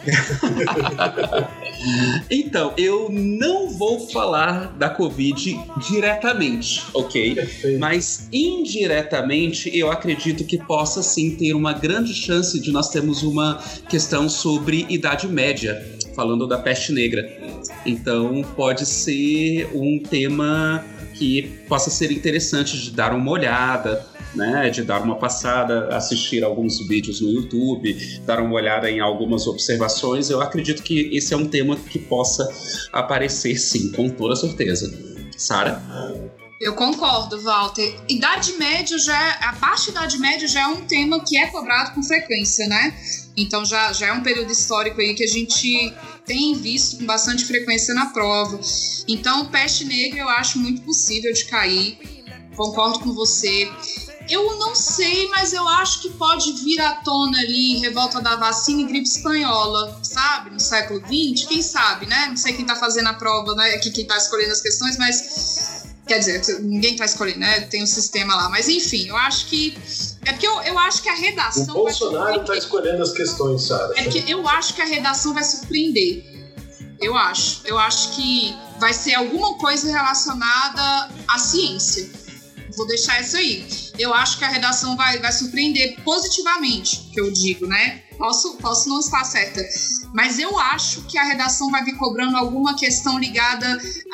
Então, eu não vou falar da Covid diretamente, ok? Perfeito. Mas indiretamente, eu acredito que possa sim ter uma grande chance de nós termos uma questão sobre Idade Média, falando da peste negra. Então, pode ser um tema que possa ser interessante de dar uma olhada, né, de dar uma passada, assistir alguns vídeos no YouTube, dar uma olhada em algumas observações. Eu acredito que esse é um tema que possa aparecer, sim, com toda certeza. Sara? Eu concordo, Walter. Idade Média já, a baixa Idade Média já é um tema que é cobrado com frequência, né? Então já, já é um período histórico aí que a gente tem visto com bastante frequência na prova. Então, peste negra eu acho muito possível de cair. Concordo com você. Eu não sei, mas eu acho que pode vir à tona ali revolta da vacina e gripe espanhola, sabe? No século vinte, quem sabe, né? Não sei quem tá fazendo a prova, né? Quem tá escolhendo as questões, mas... Quer dizer, ninguém tá escolhendo, né? Tem um sistema lá. Mas enfim, eu acho que... É porque eu, eu acho que a redação... O Bolsonaro tá escolhendo as questões, Sara. É porque eu acho que a redação vai surpreender. Eu acho. Eu acho que vai ser alguma coisa relacionada à ciência. Vou deixar isso aí. Eu acho que a redação vai, vai surpreender positivamente, que eu digo, né? Posso, posso não estar certa. Mas eu acho que a redação vai vir cobrando alguma questão ligada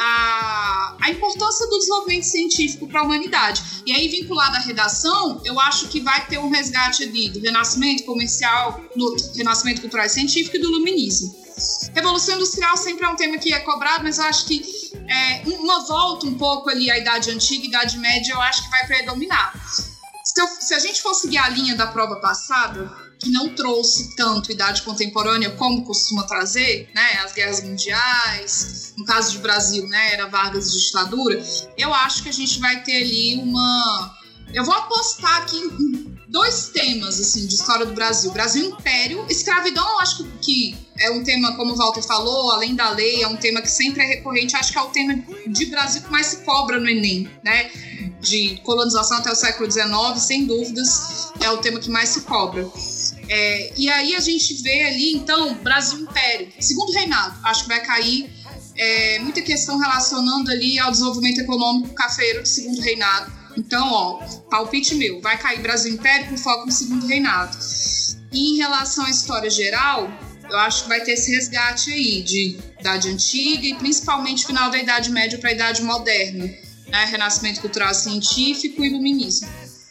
à, à importância do desenvolvimento científico para a humanidade. E aí, vinculada à redação, eu acho que vai ter um resgate ali do renascimento comercial, do renascimento cultural e científico e do iluminismo. Revolução Industrial sempre é um tema que é cobrado, mas eu acho que é, uma volta um pouco ali à Idade Antiga e Idade Média, eu acho que vai predominar. Se, eu, se a gente for seguir a linha da prova passada, que não trouxe tanto Idade Contemporânea como costuma trazer, né, as guerras mundiais, no caso do Brasil, né, era Vargas de ditadura, eu acho que a gente vai ter ali uma... Eu vou apostar aqui em dois temas, assim, de história do Brasil. Brasil Império, escravidão, eu acho que é um tema, como o Walter falou, além da lei, é um tema que sempre é recorrente. Acho que é o tema de Brasil que mais se cobra no Enem, né? De colonização até o século dezenove, sem dúvidas, é o tema que mais se cobra. É, e aí a gente vê ali, então, Brasil Império, segundo reinado, acho que vai cair é, muita questão relacionando ali ao desenvolvimento econômico cafeiro de segundo reinado. Então, ó, palpite meu, vai cair Brasil Império com foco no segundo reinado. E em relação à história geral, eu acho que vai ter esse resgate aí de Idade Antiga e principalmente final da Idade Média para a Idade Moderna, né? Renascimento cultural científico e iluminismo.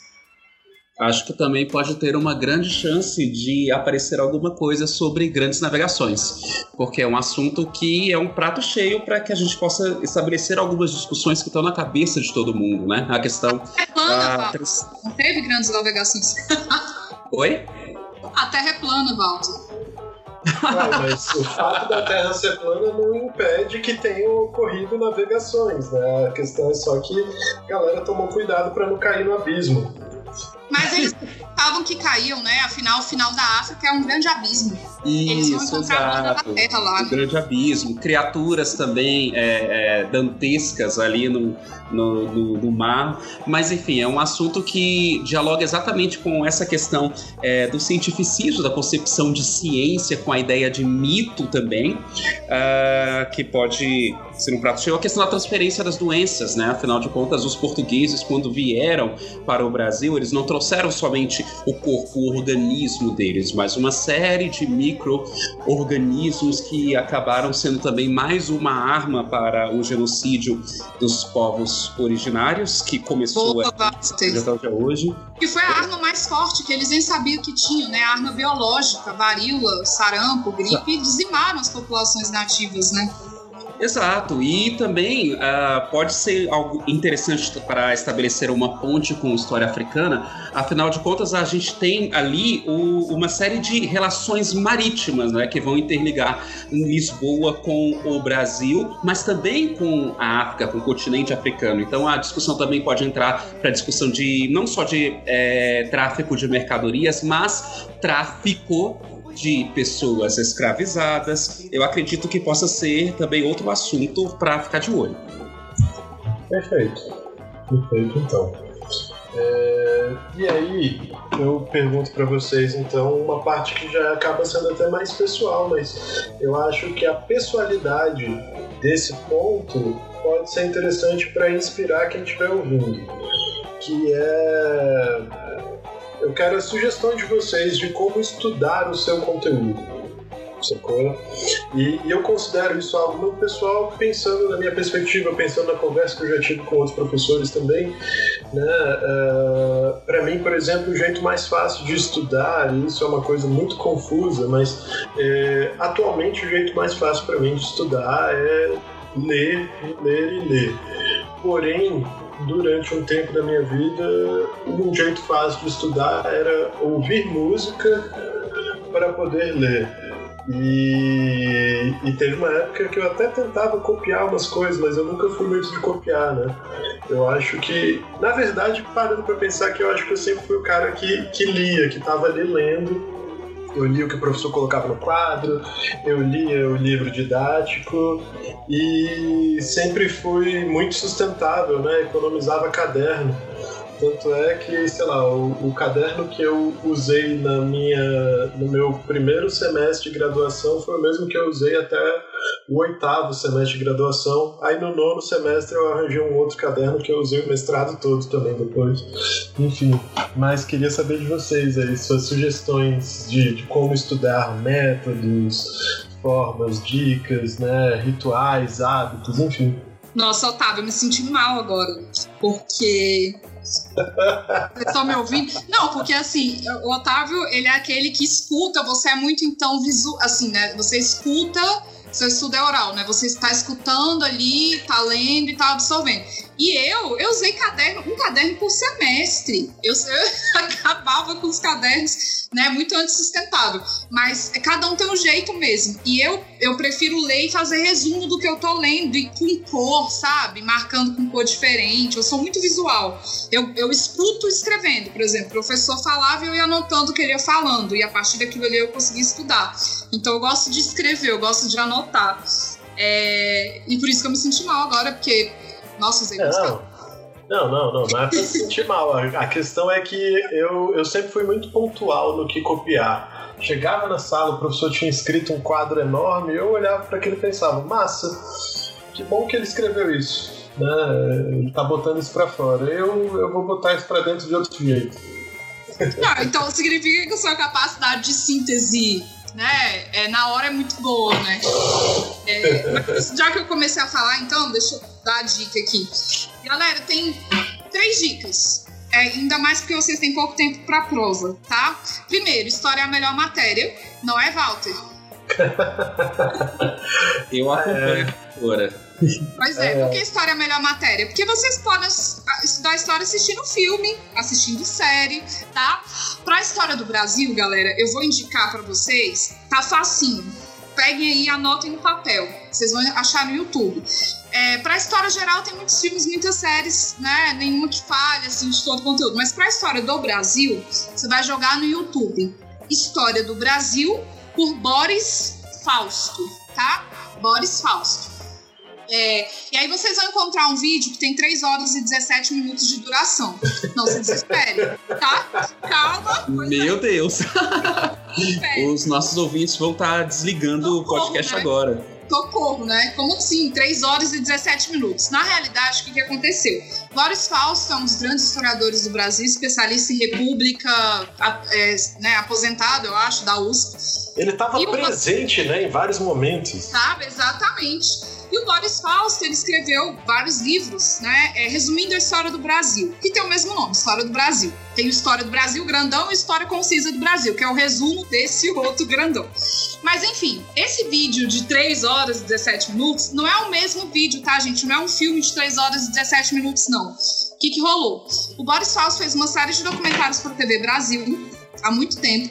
Acho que também pode ter uma grande chance de aparecer alguma coisa sobre grandes navegações, porque é um assunto que é um prato cheio para que a gente possa estabelecer algumas discussões que estão na cabeça de todo mundo, né? A questão... A Terra é plana, Walter. Não teve grandes navegações. Oi? A Terra é plana, Walter. Não, mas o fato da Terra ser plana não impede que tenham ocorrido navegações, né? A questão é só que a galera tomou cuidado para não cair no abismo. Mas eles estavam que caíam, né? Afinal, o final da África é um grande abismo. Isso, eles vão encontrar a vida da Terra lá. Um grande abismo. Criaturas também é, é, dantescas ali no, no, no, no mar. Mas, enfim, é um assunto que dialoga exatamente com essa questão é, do cientificismo, da concepção de ciência, com a ideia de mito também, uh, que pode ser um prato cheio. A questão da transferência das doenças, né? Afinal de contas, os portugueses, quando vieram para o Brasil, eles não trouxeram somente o corpo, o organismo deles, mas uma série de micro-organismos que acabaram sendo também mais uma arma para o genocídio dos povos originários, que começou Boa, até hoje. Que foi a arma mais forte, que eles nem sabiam que tinham, né? A arma biológica, varíola, sarampo, gripe, e dizimaram as populações nativas, né? Exato, e também uh, pode ser algo interessante para estabelecer uma ponte com a história africana. Afinal de contas, a gente tem ali o, uma série de relações marítimas, né, que vão interligar Lisboa com o Brasil, mas também com a África, com o continente africano. Então a discussão também pode entrar para a discussão de não só de é, tráfico de mercadorias, mas tráfico de pessoas escravizadas. Eu acredito que possa ser também outro assunto para ficar de olho. Perfeito. Perfeito, então. É... E aí, eu pergunto para vocês, então, uma parte que já acaba sendo até mais pessoal, mas eu acho que a pessoalidade desse ponto pode ser interessante para inspirar quem estiver ouvindo. Que é... Eu quero a sugestão de vocês de como estudar o seu conteúdo, sacou? E, e eu considero isso algo muito pessoal, pensando na minha perspectiva, pensando na conversa que eu já tive com outros professores também, né? Uh, para mim, por exemplo, o jeito mais fácil de estudar, e isso é uma coisa muito confusa, mas é, atualmente o jeito mais fácil para mim de estudar é ler, ler e ler. Porém, durante um tempo da minha vida, um jeito fácil de estudar era ouvir música para poder ler. E, e teve uma época que eu até tentava copiar umas coisas, mas eu nunca fui muito de copiar, né? Eu acho que, na verdade, parando para pensar, que eu acho que eu sempre fui o cara que, que lia, que estava ali lendo. Eu li o que o professor colocava no quadro, eu lia o livro didático e sempre fui muito sustentável, né? Economizava caderno. Tanto é que, sei lá, o, o caderno que eu usei na minha, no meu primeiro semestre de graduação foi o mesmo que eu usei até o oitavo semestre de graduação. Aí no nono semestre eu arranjei um outro caderno que eu usei o mestrado todo também depois. Enfim, mas queria saber de vocês aí, suas sugestões de, de como estudar, métodos, formas, dicas, né, rituais, hábitos, enfim. Nossa, Otávio, eu me senti mal agora, porque... Vocês estão me ouvindo? Não, porque assim, o Otávio, ele é aquele que escuta, você é muito, então, visual, assim, né? Você escuta, seu estudo é oral, né? Você está escutando ali, tá lendo e tá absorvendo. E eu, eu usei caderno, um caderno por semestre. Eu, eu acabava com os cadernos, né? Muito antissustentável. Mas cada um tem um jeito mesmo. E eu, eu prefiro ler e fazer resumo do que eu tô lendo. E com cor, sabe? Marcando com cor diferente. Eu sou muito visual. Eu, eu escuto escrevendo, por exemplo. O professor falava e eu ia anotando o que ele ia falando. E a partir daquilo ali eu conseguia estudar. Então eu gosto de escrever, eu gosto de anotar. É, e por isso que eu me senti mal agora, porque... Nossa, usei muito não, não, não, não, não é pra se sentir mal. A questão é que eu, eu sempre fui muito pontual no que copiar. Chegava na sala, o professor tinha escrito um quadro enorme, eu olhava para aquilo e pensava, massa, que bom que ele escreveu isso, né? Ele tá botando isso pra fora. Eu, eu vou botar isso pra dentro de outro jeito. Não, então significa que a sua capacidade de síntese, né, é, na hora é muito boa, né? É, mas já que eu comecei a falar, então, deixa eu dar a dica aqui. Galera, tem três dicas. É, ainda mais porque vocês têm pouco tempo pra prova, tá? Primeiro, história é a melhor matéria, não é, Walter? Eu acompanho agora. Pois é, por que história é a melhor matéria? Porque vocês podem estudar história assistindo filme, assistindo série, tá? Pra história do Brasil, galera, eu vou indicar pra vocês, tá facinho. Peguem aí e anotem no papel. Vocês vão achar no YouTube. É, pra história geral tem muitos filmes, muitas séries, né? Nenhuma que falha, assim, de todo o conteúdo. Mas pra história do Brasil, você vai jogar no YouTube História do Brasil por Boris Fausto, tá? Boris Fausto. É, e aí vocês vão encontrar um vídeo que tem três horas e dezessete minutos de duração. Não se desespere, tá? Calma. Meu é. Deus. Os nossos ouvintes vão estar desligando Socorro, o podcast, né? Agora. socorro, né? Como assim? três horas e dezessete minutos. Na realidade, o que, que aconteceu? Boris Fausto é um dos grandes historiadores do Brasil, especialista em República, é, né, aposentado, eu acho, da U S P. Ele estava presente, né, em vários momentos. Sabe, exatamente. E o Boris Fausto, ele escreveu vários livros, né, é, resumindo a história do Brasil, que tem o mesmo nome, História do Brasil. Tem o História do Brasil grandão e História Concisa do Brasil, que é o resumo desse outro grandão. Mas, enfim, esse vídeo de três horas e dezessete minutos não é o mesmo vídeo, tá, gente? Não é um filme de três horas e dezessete minutos, não. O que que rolou? O Boris Fausto fez uma série de documentários para a T V Brasil há muito tempo,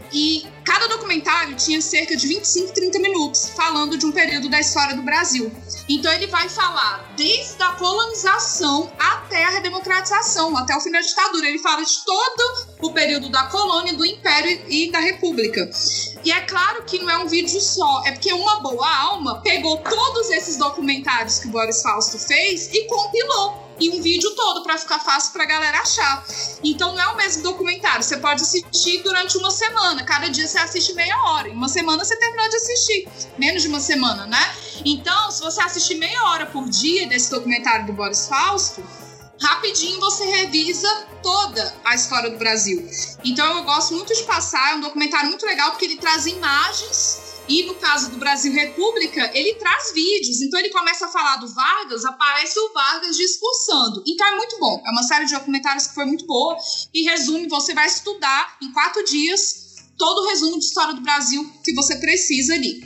e cada documentário tinha cerca de vinte e cinco, trinta minutos, falando de um período da história do Brasil. Então ele vai falar desde a colonização até a redemocratização, até o fim da ditadura. Ele fala de todo o período da colônia, do império e da república. E é claro que não é um vídeo só, é porque uma boa alma pegou todos esses documentários que o Boris Fausto fez e compilou em um vídeo todo para ficar fácil pra galera achar. Então não é o mesmo documentário, você pode assistir durante uma semana, cada dia você assiste meia hora, em uma semana você terminou de assistir, menos de uma semana, né? Então, se você assistir meia hora por dia desse documentário do Boris Fausto, rapidinho você revisa toda a história do Brasil. Então eu gosto muito de passar, é um documentário muito legal porque ele traz imagens. E no caso do Brasil República, ele traz vídeos. Então ele começa a falar do Vargas, aparece o Vargas discursando. Então é muito bom. É uma série de documentários que foi muito boa. E resume, você vai estudar em quatro dias todo o resumo de história do Brasil que você precisa ali.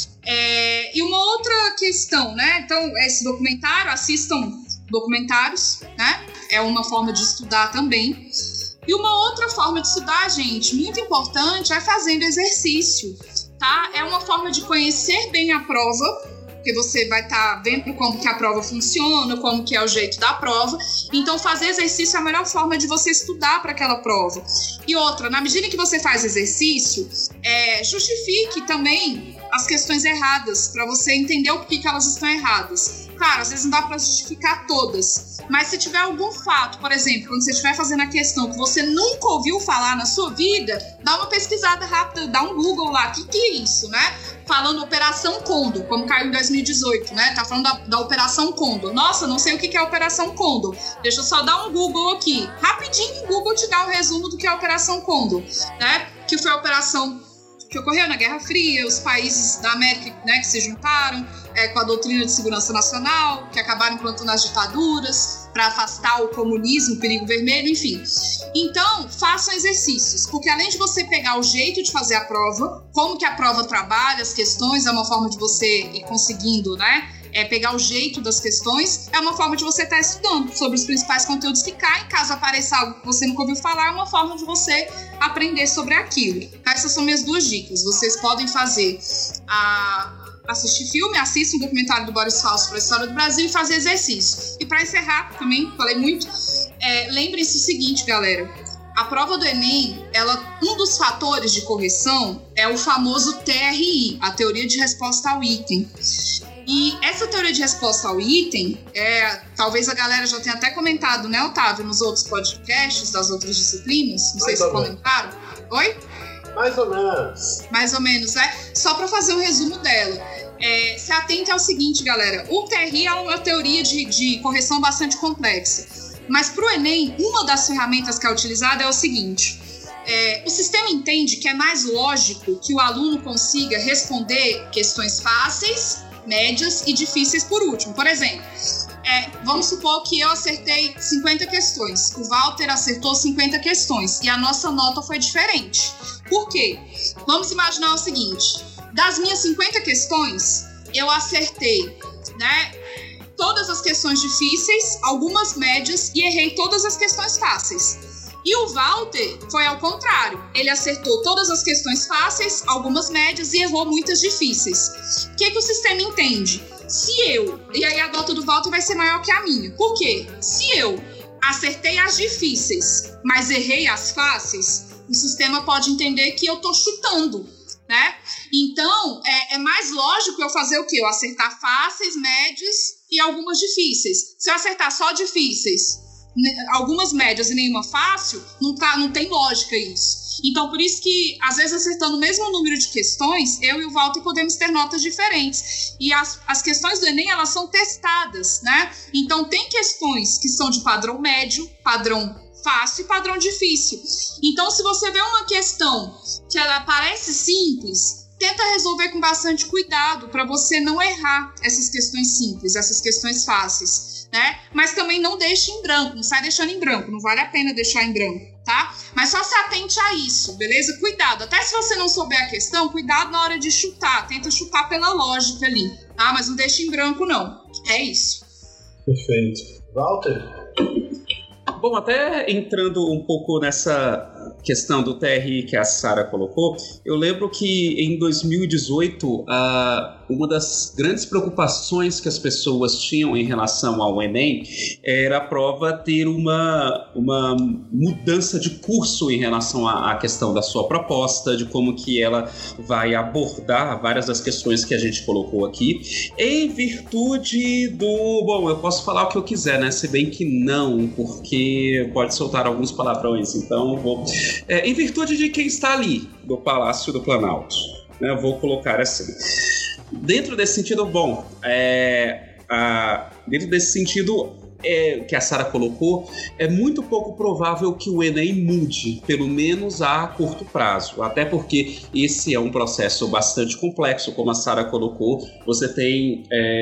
É, e uma outra questão, né? Então, esse documentário, assistam documentários, né? É uma forma de estudar também. E uma outra forma de estudar, gente, muito importante, é fazendo exercício. Tá? É uma forma de conhecer bem a prova, porque você vai estar tá vendo como que a prova funciona, como que é o jeito da prova. Então, fazer exercício é a melhor forma de você estudar para aquela prova. E outra, na medida que você faz exercício, é, justifique também as questões erradas, para você entender o porquê que elas estão erradas. Claro, às vezes não dá para justificar todas, mas se tiver algum fato, por exemplo, quando você estiver fazendo a questão que você nunca ouviu falar na sua vida, dá uma pesquisada rápida, dá um Google lá, o que, que é isso, né? Falando Operação Condor, como caiu em dois mil e dezoito, né? Tá falando da, da Operação Condor. Nossa, não sei o que, que é a Operação Condor. Deixa eu só dar um Google aqui. Rapidinho, o Google te dá um resumo do que é a Operação Condor, né? Que foi a operação que ocorreu na Guerra Fria, os países da América, né, que se juntaram é, com a doutrina de segurança nacional, que acabaram implantando as ditaduras para afastar o comunismo, o perigo vermelho, enfim. Então, façam exercícios, porque além de você pegar o jeito de fazer a prova, como que a prova trabalha, as questões, é uma forma de você ir conseguindo, né, é, pegar o jeito das questões, é uma forma de você estar estudando sobre os principais conteúdos que caem. Caso apareça algo que você nunca ouviu falar, é uma forma de você aprender sobre aquilo. Essas são minhas duas dicas. Vocês podem fazer a... assistir filme, assistam um documentário do Boris Fausto para a história do Brasil e fazer exercício. E para encerrar, também falei muito, é, lembrem-se o seguinte, galera. A prova do Enem, ela, um dos fatores de correção é o famoso T R I, a teoria de resposta ao item. E essa teoria de resposta ao item, é, talvez a galera já tenha até comentado, né, Otávio, nos outros podcasts das outras disciplinas, não sei se comentaram. Oi? Mais ou menos. Mais ou menos, né? Só para fazer um resumo dela. É, se atente ao seguinte, galera, o T R I é uma teoria de, de correção bastante complexa. Mas para o Enem, uma das ferramentas que é utilizada é o seguinte... É, o sistema entende que é mais lógico que o aluno consiga responder questões fáceis, médias e difíceis por último. Por exemplo, é, vamos supor que eu acertei cinquenta questões, o Walter acertou cinquenta questões e a nossa nota foi diferente. Por quê? Vamos imaginar o seguinte, das minhas cinquenta questões, eu acertei, né, todas as questões difíceis, algumas médias e errei todas as questões fáceis. E o Walter foi ao contrário. Ele acertou todas as questões fáceis, algumas médias e errou muitas difíceis. O que, que o sistema entende? Se eu... E aí a nota do Walter vai ser maior que a minha. Por quê? Se eu acertei as difíceis, mas errei as fáceis, o sistema pode entender que eu tô chutando, né? Então, é, é mais lógico eu fazer o quê? Eu acertar fáceis, médias e algumas difíceis. Se eu acertar só difíceis... algumas médias e nenhuma fácil, não, tá, não tem lógica isso. Então, por isso que, às vezes, acertando o mesmo número de questões, eu e o Walter podemos ter notas diferentes. E as, as questões do Enem, elas são testadas, né? Então, tem questões que são de padrão médio, padrão fácil e padrão difícil. Então, se você vê uma questão que ela parece simples, tenta resolver com bastante cuidado para você não errar essas questões simples, essas questões fáceis, né? Mas também não deixe em branco, não sai deixando em branco, não vale a pena deixar em branco, tá? Mas só se atente a isso, beleza? Cuidado, até se você não souber a questão, cuidado na hora de chutar, tenta chutar pela lógica ali, tá? Mas não deixe em branco não, é isso. Perfeito. Walter? Bom, até entrando um pouco nessa questão do T R I que a Sara colocou, eu lembro que em dois mil e dezoito, uh, uma das grandes preocupações que as pessoas tinham em relação ao Enem era a prova ter uma, uma mudança de curso em relação à, à questão da sua proposta, de como que ela vai abordar várias das questões que a gente colocou aqui, em virtude do... Bom, eu posso falar o que eu quiser, né? Se bem que não, porque pode soltar alguns palavrões, então vou... É, em virtude de quem está ali, do Palácio do Planalto, né? Eu vou colocar assim. Dentro desse sentido, bom, é, a, dentro desse sentido é, que a Sara colocou, é muito pouco provável que o Enem mude, pelo menos a curto prazo, até porque esse é um processo bastante complexo, como a Sara colocou. Você tem...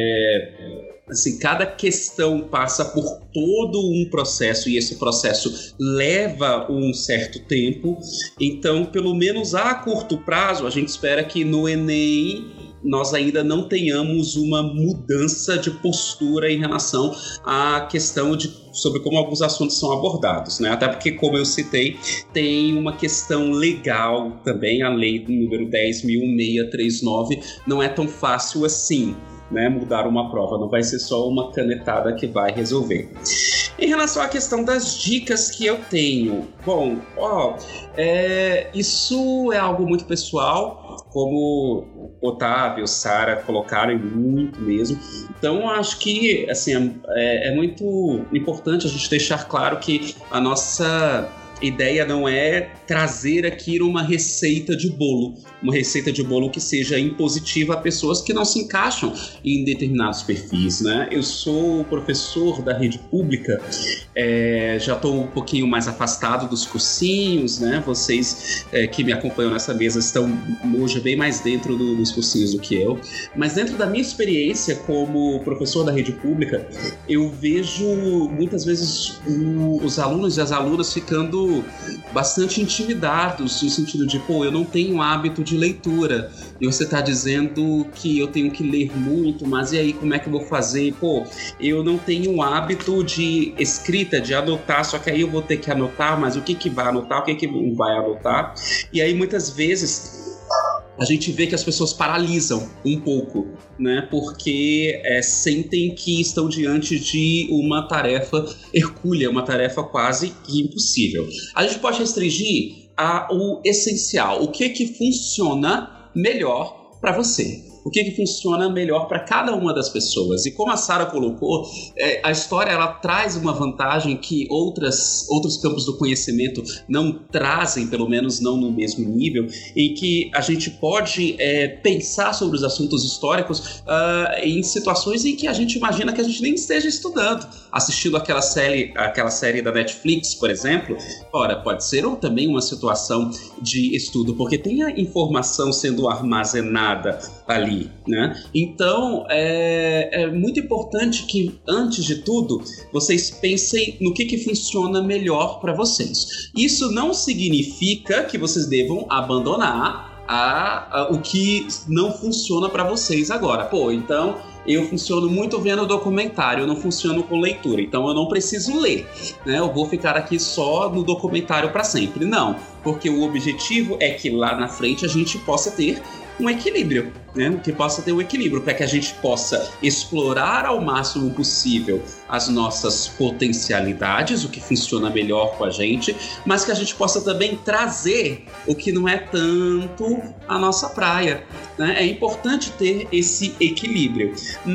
É, Assim, cada questão passa por todo um processo e esse processo leva um certo tempo. Então, pelo menos a curto prazo, a gente espera que no Enem nós ainda não tenhamos uma mudança de postura em relação à questão de, sobre como alguns assuntos são abordados, né? Até porque, como eu citei, tem uma questão legal também, a lei número dez mil seiscentos e trinta e nove não é tão fácil assim, né, mudar uma prova, não vai ser só uma canetada que vai resolver. Em relação à questão das dicas que eu tenho, bom, ó, é, isso é algo muito pessoal, como Otávio, Sara colocaram muito mesmo. Então, acho que assim, é, é muito importante a gente deixar claro que a nossa ideia não é trazer aqui uma receita de bolo, uma receita de bolo que seja impositiva a pessoas que não se encaixam em determinados perfis, né? Eu sou professor da rede pública, é, já estou um pouquinho mais afastado dos cursinhos, né? Vocês é, que me acompanham nessa mesa estão hoje bem mais dentro do, dos cursinhos do que eu, mas dentro da minha experiência como professor da rede pública, eu vejo muitas vezes o, os alunos e as alunas ficando bastante intimidados, no sentido de, pô, eu não tenho hábito de leitura, e você está dizendo que eu tenho que ler muito, mas e aí, como é que eu vou fazer? Pô, eu não tenho hábito de escrita, de anotar, só que aí eu vou ter que anotar, mas o que que vai anotar, o que que não vai anotar? E aí, muitas vezes, a gente vê que as pessoas paralisam um pouco, né? Porque é, sentem que estão diante de uma tarefa hercúlea, uma tarefa quase que impossível. A gente pode restringir ao essencial, o que que funciona melhor para você. O que, que funciona melhor para cada uma das pessoas. E como a Sara colocou, é, a história ela traz uma vantagem que outras, outros campos do conhecimento não trazem, pelo menos não no mesmo nível, em que a gente pode é, pensar sobre os assuntos históricos uh, em situações em que a gente imagina que a gente nem esteja estudando. Assistindo aquela série, aquela série da Netflix, por exemplo, ora, pode ser ou também uma situação de estudo, porque tem a informação sendo armazenada ali. Né? Então é, é muito importante que, antes de tudo, vocês pensem no que, que funciona melhor para vocês. Isso não significa que vocês devam abandonar a, a, o que não funciona para vocês agora. Pô, então eu funciono muito vendo documentário, eu não funciono com leitura, então eu não preciso ler, né? Eu vou ficar aqui só no documentário para sempre. Não, porque o objetivo é que lá na frente a gente possa ter um equilíbrio, né? Que possa ter um equilíbrio, para que a gente possa explorar ao máximo possível as nossas potencialidades, o que funciona melhor com a gente, mas que a gente possa também trazer o que não é tanto a nossa praia, né? É importante ter esse equilíbrio,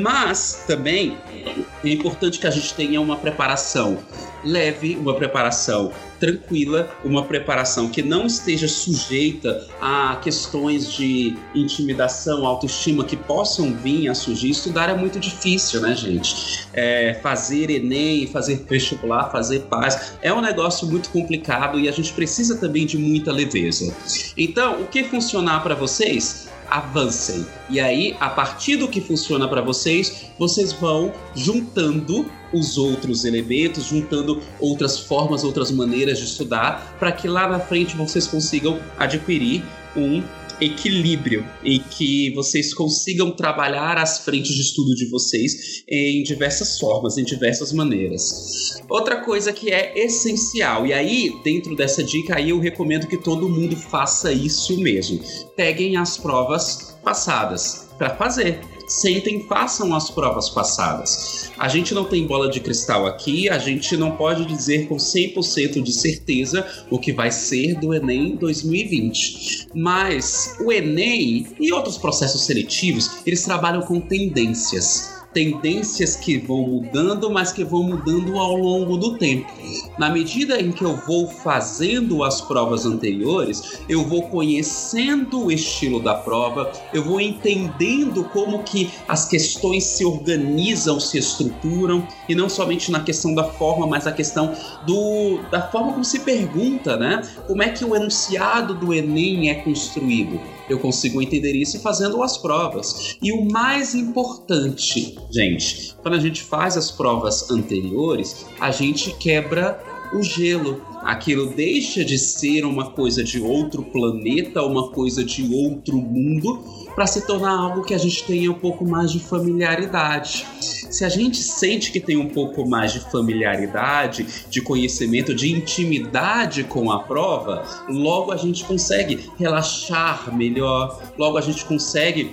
mas também é importante que a gente tenha uma preparação leve, uma preparação tranquila, uma preparação que não esteja sujeita a questões de intimidação, autoestima que possam vir a surgir. Estudar é muito difícil, né, gente? É, fazer Enem, fazer vestibular, fazer paz, é um negócio muito complicado e a gente precisa também de muita leveza. Então, o que funcionar para vocês? Avancem. E aí, a partir do que funciona para vocês, vocês vão juntando os outros elementos, juntando outras formas, outras maneiras de estudar, para que lá na frente vocês consigam adquirir um equilíbrio e que vocês consigam trabalhar as frentes de estudo de vocês em diversas formas, em diversas maneiras. Outra coisa que é essencial, e aí dentro dessa dica aí eu recomendo que todo mundo faça isso mesmo. Peguem as provas passadas para fazer. Sentem, façam as provas passadas. A gente não tem bola de cristal aqui, a gente não pode dizer com cem por cento de certeza o que vai ser do Enem dois mil e vinte. Mas o Enem e outros processos seletivos, eles trabalham com tendências. Tendências que vão mudando, mas que vão mudando ao longo do tempo. Na medida em que eu vou fazendo as provas anteriores, eu vou conhecendo o estilo da prova, eu vou entendendo como que as questões se organizam, se estruturam, e não somente na questão da forma, mas a questão do, da forma como se pergunta, né? Como é que o enunciado do Enem é construído? Eu consigo entender isso fazendo as provas. E o mais importante, gente, quando a gente faz as provas anteriores, a gente quebra o gelo. Aquilo deixa de ser uma coisa de outro planeta, uma coisa de outro mundo, para se tornar algo que a gente tenha um pouco mais de familiaridade. Se a gente sente que tem um pouco mais de familiaridade, de conhecimento, de intimidade com a prova, logo a gente consegue relaxar melhor, logo a gente consegue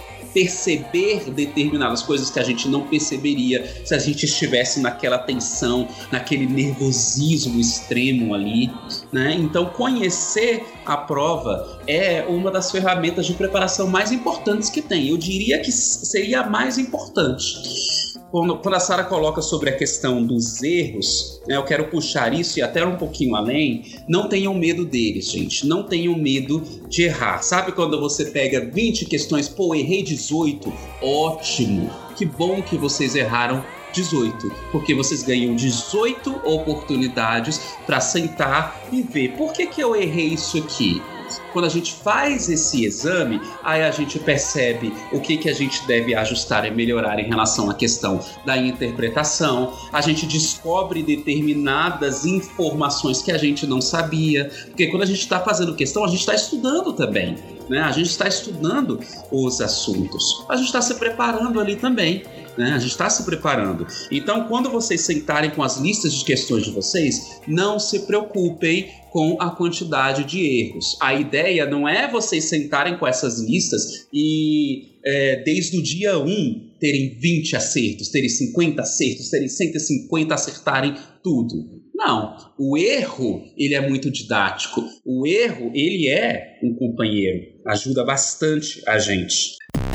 perceber determinadas coisas que a gente não perceberia se a gente estivesse naquela tensão, naquele nervosismo extremo ali, né? Então, conhecer a prova é uma das ferramentas de preparação mais importantes que tem. Eu diria que seria a mais importante. Quando, quando a Sara coloca sobre a questão dos erros, né, eu quero puxar isso e até um pouquinho além. Não tenham medo deles, gente. Não tenham medo de errar. Sabe quando você pega vinte questões, pô, errei dezoito? Ótimo! Que bom que vocês erraram dezoito, porque vocês ganham dezoito oportunidades para sentar e ver por que que eu errei isso aqui. Quando a gente faz esse exame, aí a gente percebe o que, que a gente deve ajustar e melhorar em relação à questão da interpretação. A gente descobre determinadas informações que a gente não sabia, porque quando a gente está fazendo questão, a gente está estudando também, né? A gente está estudando os assuntos, a gente está se preparando ali também, né? A gente está se preparando. Então, quando vocês sentarem com as listas de questões de vocês, não se preocupem com a quantidade de erros. A ideia não é vocês sentarem com essas listas e é, desde o dia um terem vinte acertos, terem cinquenta acertos, terem cento e cinquenta acertarem tudo. Não, o erro, ele é muito didático. O erro, ele é um companheiro, ajuda bastante a gente.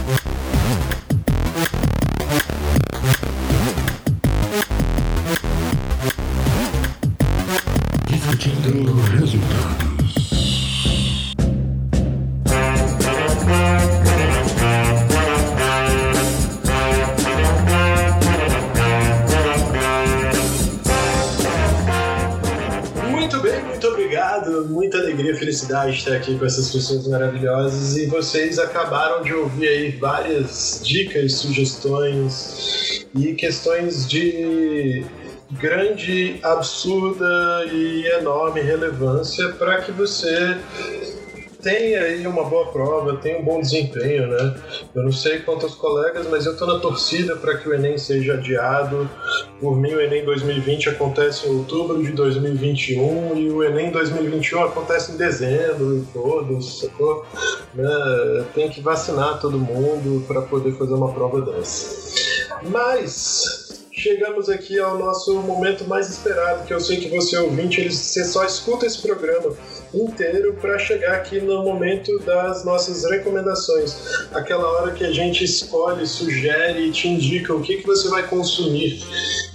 Discutindo resultados. Muito bem, muito obrigado. Muita alegria e felicidade estar aqui com essas pessoas maravilhosas. E vocês acabaram de ouvir aí várias dicas, sugestões e questões de grande, absurda e enorme relevância para que você tem aí uma boa prova, tem um bom desempenho, né? Eu não sei quantos colegas, mas eu tô na torcida para que o Enem seja adiado. Por mim, o Enem dois mil e vinte acontece em outubro de dois mil e vinte e um e o Enem dois mil e vinte e um acontece em dezembro e todos, sacou? Né? Tem que vacinar todo mundo para poder fazer uma prova dessa. Mas chegamos aqui ao nosso momento mais esperado, que eu sei que você ouvinte, ele, você só escuta esse programa inteiro para chegar aqui no momento das nossas recomendações. Aquela hora que a gente escolhe, sugere e te indica o que, que você vai consumir.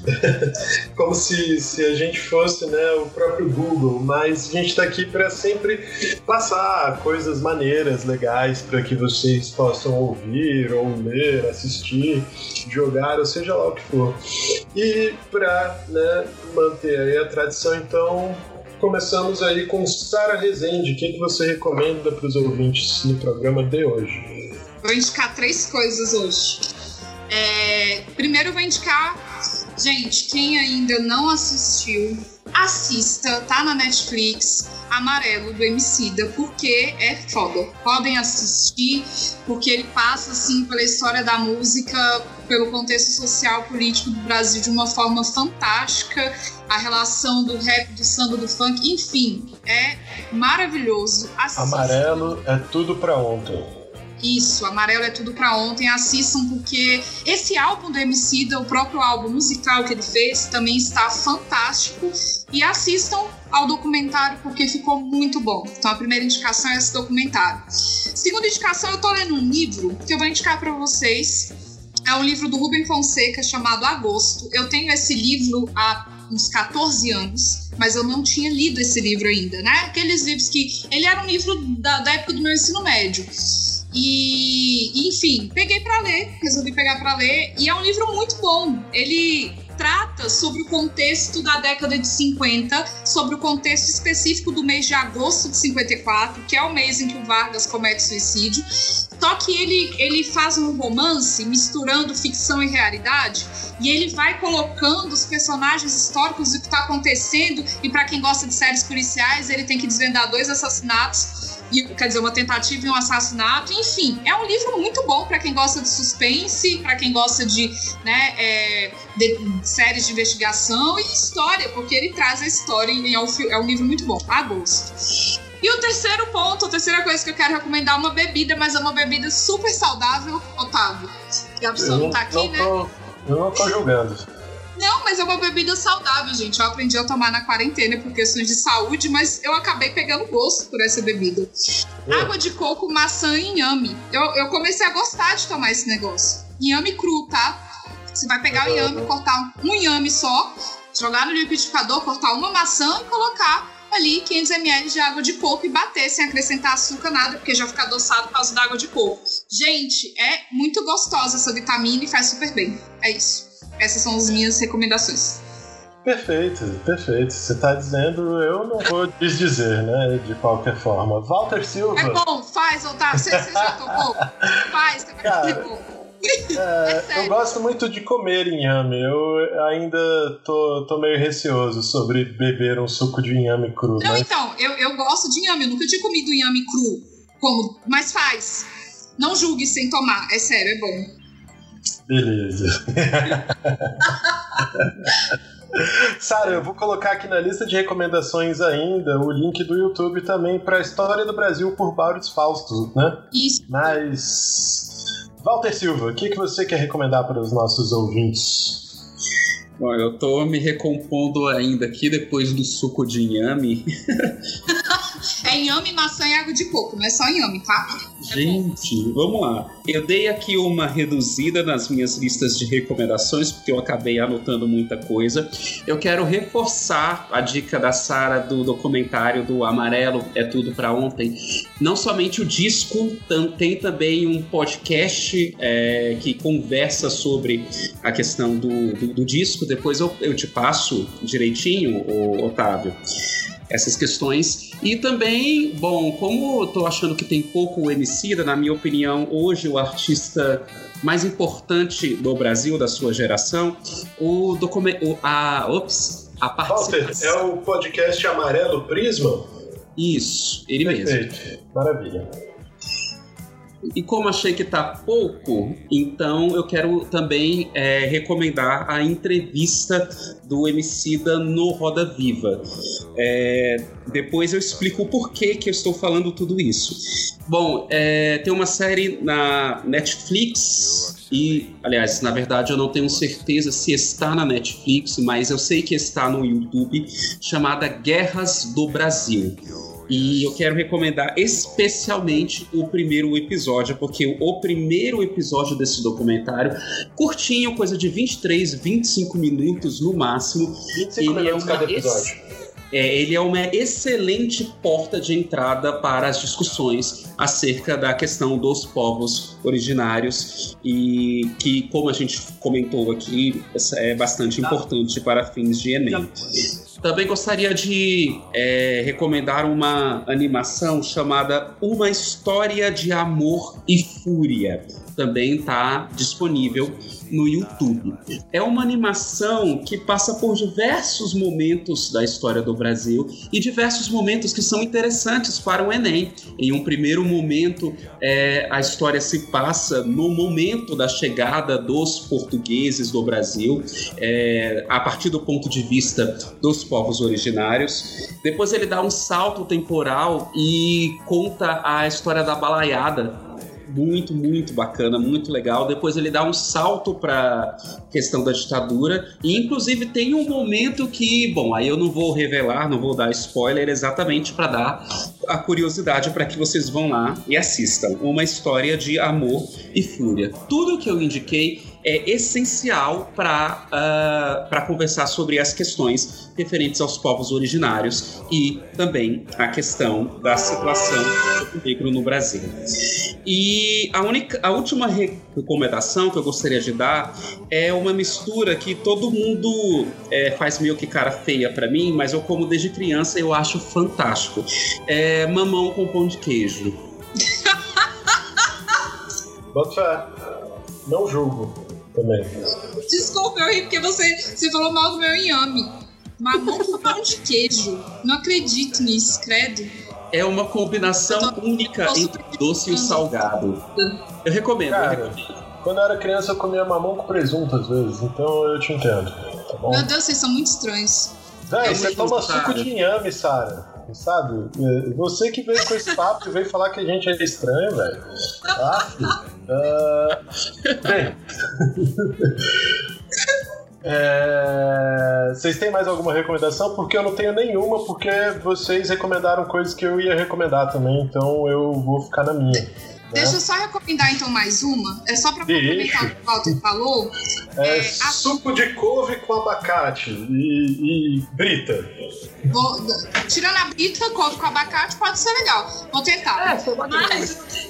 Como se, se a gente fosse, né, o próprio Google, mas a gente está aqui para sempre passar coisas maneiras, legais, para que vocês possam ouvir, ou ler, assistir, jogar, ou seja lá o que for. E para, né, manter aí a tradição, então, começamos aí com Sara Rezende. O que, que você recomenda para os ouvintes no programa de hoje? Vou indicar três coisas hoje. É, primeiro eu vou indicar, gente, quem ainda não assistiu, assista, tá na Netflix, Amarelo, do Emicida, porque é foda. Podem assistir, porque ele passa, assim, pela história da música, pelo contexto social, político do Brasil de uma forma fantástica, a relação do rap, do samba, do funk, enfim, é maravilhoso. Assista. Amarelo é tudo pra ontem. Isso, Amarelo é tudo pra ontem, assistam, porque esse álbum do Emicida, o próprio álbum musical que ele fez, também está fantástico, e assistam ao documentário porque ficou muito bom. Então a primeira indicação é esse documentário. Segunda indicação, eu tô lendo um livro que eu vou indicar pra vocês, é um livro do Rubem Fonseca chamado Agosto. Eu tenho esse livro há uns catorze anos, mas eu não tinha lido esse livro ainda, né? Aqueles livros que... Ele era um livro da, da época do meu ensino médio. E, enfim, peguei pra ler, resolvi pegar pra ler, e é um livro muito bom. Ele trata sobre o contexto da década de cinquenta, sobre o contexto específico do mês de agosto de cinquenta e quatro, que é o mês em que o Vargas comete suicídio. Só que ele, ele faz um romance misturando ficção e realidade, e ele vai colocando os personagens históricos do que está acontecendo, e para quem gosta de séries policiais, ele tem que desvendar dois assassinatos, e, quer dizer, uma tentativa e um assassinato. Enfim, é um livro muito bom para quem gosta de suspense, para quem gosta de, né, é, de, de séries de investigação e história, porque ele traz a história e é um, é um livro muito bom. Agosto. E o terceiro ponto, a terceira coisa que eu quero recomendar é uma bebida, mas é uma bebida super saudável, Otávio. E a pessoa não tá aqui, não né? Tô, eu não tô julgando. Não, mas é uma bebida saudável, gente. Eu aprendi a tomar na quarentena por questões de saúde, mas eu acabei pegando gosto por essa bebida. Hum. Água de coco, maçã e inhame. Eu, eu comecei a gostar de tomar esse negócio. Inhame cru, tá? Você vai pegar o inhame, cortar um inhame só, jogar no liquidificador, cortar uma maçã e colocar ali quinhentos mililitros de água de coco e bater sem acrescentar açúcar, nada, porque já fica adoçado por causa da água de coco. Gente, é muito gostosa essa vitamina e faz super bem. É isso. Essas são as minhas recomendações. Perfeito, perfeito. Você tá dizendo, eu não vou desdizer, né? De qualquer forma. Walter Silva. É bom, faz, Otávio. Você, você já tomou? Faz, também Cara, é bom. É, É eu gosto muito de comer inhame. Eu ainda tô, tô meio receoso sobre beber um suco de inhame cru. Não, mas... então, eu, eu gosto de inhame. Eu nunca tinha comido inhame cru, como, mas faz. Não julgue sem tomar. É sério, é bom. Beleza. Sara, eu vou colocar aqui na lista de recomendações ainda o link do YouTube também para a História do Brasil por Boris Fausto, né? Isso. Mas, Walter Silva, o que, que você quer recomendar para os nossos ouvintes? Bom, eu tô me recompondo ainda aqui depois do suco de inhame. É inhame, maçã e água de coco, não é só inhame, tá? Gente, vamos lá. Eu dei aqui uma reduzida nas minhas listas de recomendações, porque eu acabei anotando muita coisa. Eu quero reforçar a dica da Sara do documentário do Amarelo é Tudo Pra Ontem. Não somente o disco, tem também um podcast é, que conversa sobre a questão do, do, do disco. Depois eu, eu te passo direitinho, ô, Otávio, essas questões. E também, bom, como eu tô achando que tem pouco Emicida, na minha opinião, hoje o artista mais importante do Brasil, da sua geração, o documento, a, ops, a participação... Walter, é o podcast Amarelo Prisma? Isso, ele Perfeito. mesmo. Maravilha. E como achei que tá pouco, então eu quero também é, recomendar a entrevista do Emicida no Roda Viva. É, depois eu explico o porquê que eu estou falando tudo isso. Bom, é, tem uma série na Netflix e, aliás, na verdade eu não tenho certeza se está na Netflix, mas eu sei que está no YouTube, chamada Guerras do Brasil. E eu quero recomendar especialmente o primeiro episódio, porque o primeiro episódio desse documentário, curtinho, coisa de vinte e três, vinte e cinco minutos no máximo. vinte e cinco ele minutos é uma cada episódio. Ex... É, ele é uma excelente porta de entrada para as discussões acerca da questão dos povos originários e que, como a gente comentou aqui, é bastante importante para fins de Enem. Também gostaria de é, recomendar uma animação chamada Uma História de Amor e Fúria. Também está disponível no YouTube. É uma animação que passa por diversos momentos da história do Brasil e diversos momentos que são interessantes para o Enem. Em um primeiro momento, é, a história se passa no momento da chegada dos portugueses do Brasil, é, a partir do ponto de vista dos povos originários. Depois ele dá um salto temporal e conta a história da balaiada. Muito, muito bacana, muito legal. Depois ele dá um salto para questão da ditadura e inclusive tem um momento que, bom, aí eu não vou revelar, não vou dar spoiler exatamente para dar a curiosidade para que vocês vão lá e assistam. Uma história de amor e fúria. Tudo que eu indiquei é essencial para uh, para conversar sobre as questões referentes aos povos originários e também a questão da situação do negro no Brasil. E a, única, a última recomendação que eu gostaria de dar é uma mistura que todo mundo é, faz meio que cara feia para mim, mas eu como desde criança eu acho fantástico. É mamão com pão de queijo. Bota fé. Não julgo também. Desculpa, eu ri porque você, você falou mal do meu inhame. Mamão com pão de queijo. Não acredito nisso, credo. É uma combinação tô, única entre o doce e o salgado. Eu recomendo, Cara, eu recomendo. Quando eu era criança eu comia mamão com presunto às vezes, então eu te entendo, tá bom? Meu Deus, vocês são muito estranhos. Véi, é você toma suco de inhame, Sarah. Sabe? Você que veio com esse papo e veio falar que a gente é estranho, velho. Ah, uh, bem. É... Vocês têm mais alguma recomendação? Porque eu não tenho nenhuma, porque vocês recomendaram coisas que eu ia recomendar também, então eu vou ficar na minha. Né? Deixa eu só recomendar então mais uma. É só pra complementar o que o Walter falou. É, é, suco a... de couve com abacate e, e brita. Vou, tirando a brita, couve com abacate pode ser legal. Vou tentar. É, mas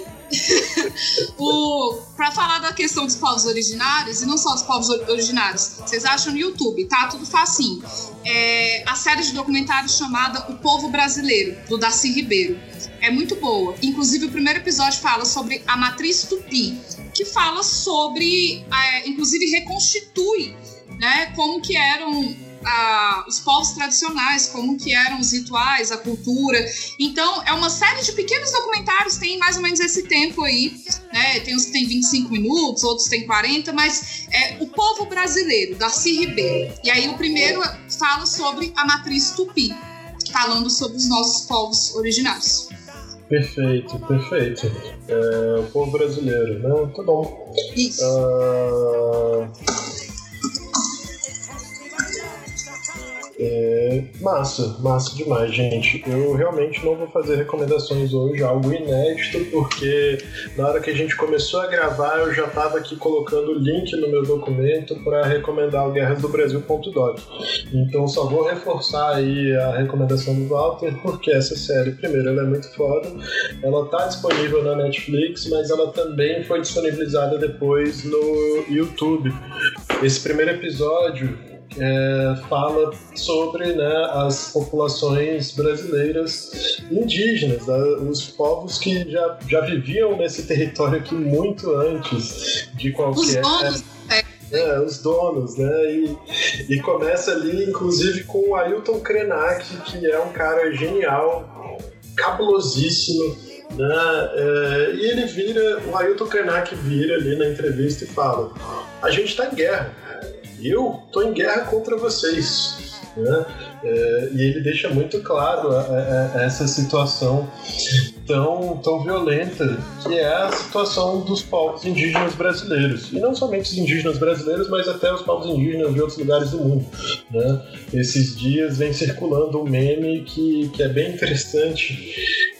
o, pra falar da questão dos povos originários, e não só dos povos originários, vocês acham no YouTube, tá? Tudo facinho. É a série de documentários chamada O Povo Brasileiro, do Darcy Ribeiro. É muito boa. Inclusive, o primeiro episódio fala sobre a matriz tupi, que fala sobre, é, inclusive, reconstitui, né, como que eram ah, os povos tradicionais, como que eram os rituais, a cultura. Então, é uma série de pequenos documentários, tem mais ou menos esse tempo aí, né? Tem uns que tem vinte e cinco minutos, outros tem quarenta, mas é O Povo Brasileiro, Darcy Ribeiro. E aí, o primeiro fala sobre a matriz tupi, falando sobre os nossos povos originários. Perfeito, perfeito. É, o povo brasileiro, né? Muito bom. Isso. Uh... É, massa, massa demais, gente. Eu realmente não vou fazer recomendações hoje, algo inédito, porque na hora que a gente começou a gravar eu já estava aqui colocando o link no meu documento para recomendar o guerras do brasil ponto doc. Então só vou reforçar aí a recomendação do Walter, porque essa série, primeiro, ela é muito foda, ela está disponível na Netflix, mas ela também foi disponibilizada depois no YouTube. Esse primeiro episódio É, fala sobre, né, as populações brasileiras indígenas, né, os povos que já, já viviam nesse território aqui muito antes de qualquer... Os donos, é. É, os donos, né? E, e começa ali, inclusive, com o Ailton Krenak, que é um cara genial cabulosíssima, né? É, e ele vira, o Ailton Krenak vira ali na entrevista e fala: a gente está em guerra, eu estou em guerra contra vocês, né? É, e ele deixa muito claro a, a, a essa situação tão, tão violenta que é a situação dos povos indígenas brasileiros, e não somente os indígenas brasileiros, mas até os povos indígenas de outros lugares do mundo, né? Esses dias vem circulando um meme que, que é bem interessante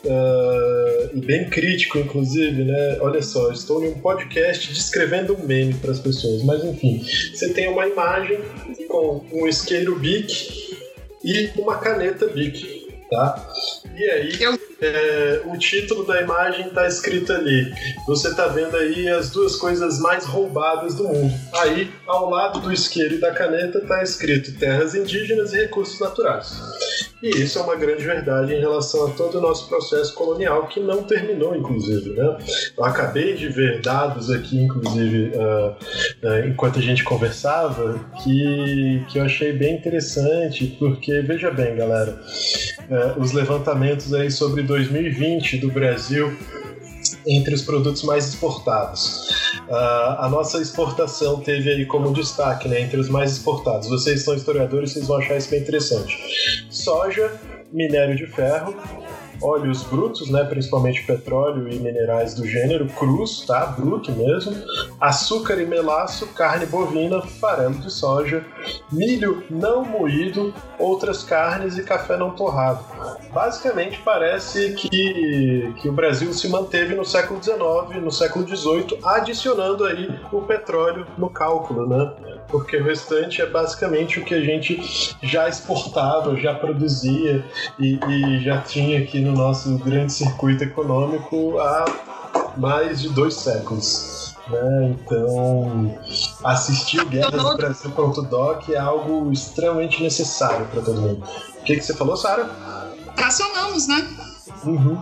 uh, e bem crítico, inclusive, né? Olha só, estou em um podcast descrevendo um meme para as pessoas, mas enfim, você tem uma imagem com um isqueiro Bic e uma caneta Bic, tá? E aí, Eu... é, o título da imagem tá escrito ali: você tá vendo aí as duas coisas mais roubadas do mundo. Aí, ao lado do isqueiro e da caneta, tá escrito terras indígenas e recursos naturais. E isso é uma grande verdade em relação a todo o nosso processo colonial, que não terminou, inclusive, né? Eu acabei de ver dados aqui, inclusive, uh, uh, enquanto a gente conversava, que, que eu achei bem interessante, porque, veja bem, galera, uh, os levantamentos aí sobre dois mil e vinte do Brasil entre os produtos mais exportados. Uh, a nossa exportação teve aí como destaque, né, entre os mais exportados. Vocês são historiadores, vocês vão achar isso bem interessante. Soja, minério de ferro, óleos brutos, né, principalmente petróleo e minerais do gênero, crus, tá, bruto mesmo, açúcar e melaço, carne bovina, farelo de soja, milho não moído, outras carnes e café não torrado. Basicamente parece que, que o Brasil se manteve no século dezenove, no século dezoito, adicionando aí o petróleo no cálculo, né? Porque o restante é basicamente o que a gente já exportava, já produzia e, e já tinha aqui no nosso grande circuito econômico há mais de dois séculos. Né? Então, assistir Guerras do Brasil ponto doc é algo extremamente necessário para todo mundo. O que, que você falou, Sara? Tracionamos, né? Uhum.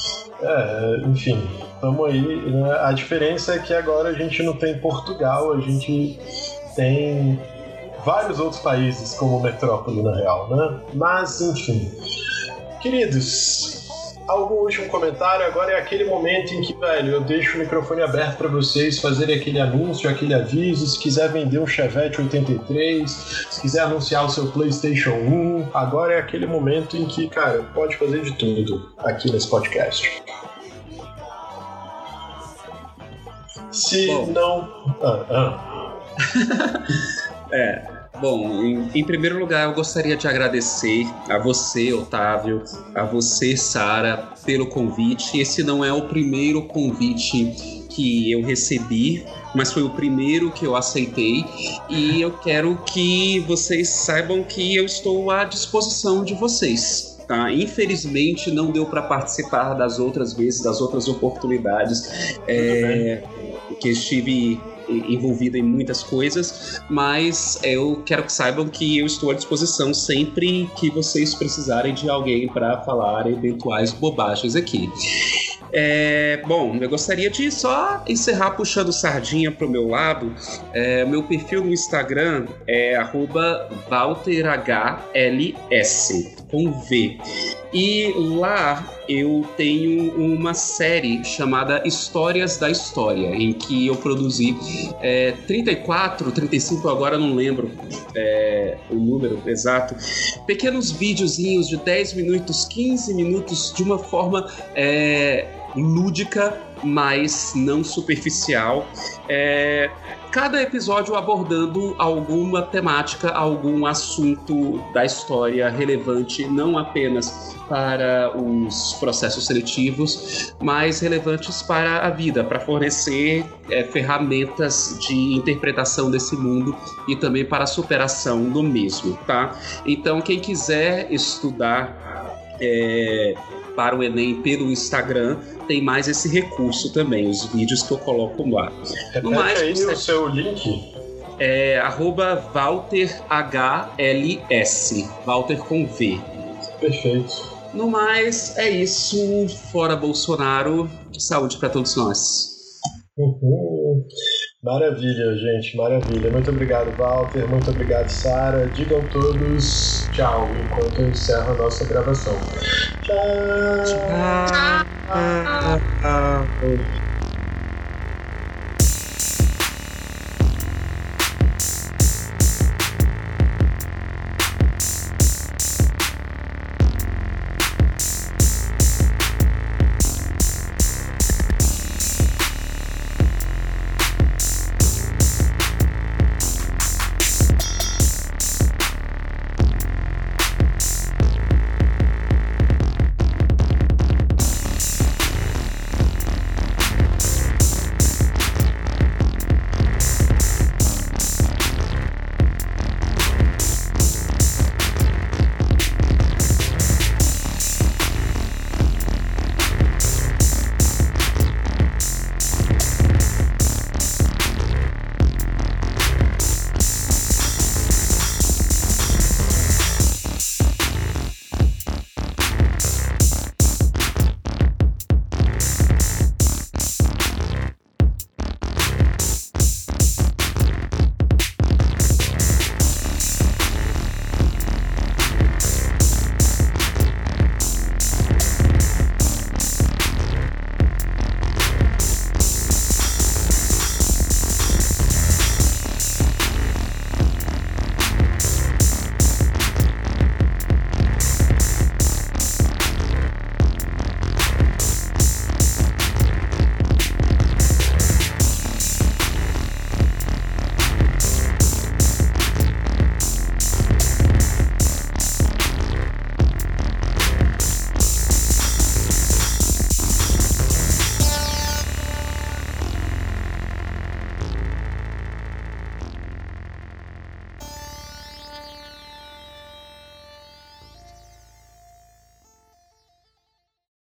É, enfim, estamos aí, né? A diferença é que agora a gente não tem Portugal, a gente tem vários outros países como metrópole, na real, né? Mas, enfim. Queridos, algum último comentário? Agora é aquele momento em que, velho, eu deixo o microfone aberto para vocês fazerem aquele anúncio, aquele aviso. Se quiser vender um Chevette oitenta e três, se quiser anunciar o seu PlayStation um, agora é aquele momento em que, cara, pode fazer de tudo aqui nesse podcast. Se Bom. não... Ah, ah. é, bom, em, em primeiro lugar eu gostaria de agradecer a você, Otávio, a você, Sara, pelo convite. Esse não é o primeiro convite que eu recebi, mas foi o primeiro que eu aceitei, e eu quero que vocês saibam que eu estou à disposição de vocês. Tá? Infelizmente não deu para participar das outras vezes, das outras oportunidades é, que estive envolvida em muitas coisas, mas eu quero que saibam que eu estou à disposição sempre que vocês precisarem de alguém para falar eventuais bobagens aqui. É, bom, eu gostaria de só encerrar puxando sardinha pro meu lado. É, meu perfil no Instagram é arroba walterhls, com V. E lá eu tenho uma série chamada Histórias da História, em que eu produzi é, trinta e quatro, trinta e cinco, agora não lembro é, o número exato, pequenos videozinhos de dez minutos, quinze minutos, de uma forma é, lúdica, mas não superficial. É, cada episódio abordando alguma temática, algum assunto da história relevante, não apenas para os processos seletivos, mas relevantes para a vida, para fornecer é, ferramentas de interpretação desse mundo e também para a superação do mesmo, tá? Então, quem quiser estudar é, para o Enem pelo Instagram, tem mais esse recurso também, os vídeos que eu coloco lá. Repete no mais, aí você... o seu link. É arroba walterhls, Walter com V. Perfeito. No mais, é isso. Fora Bolsonaro, saúde para todos nós. Uhum. Maravilha, gente, maravilha. Muito obrigado, Walter. Muito obrigado, Sara. Digam todos tchau enquanto eu encerro a nossa gravação. Tchau. Tchau. Tchau.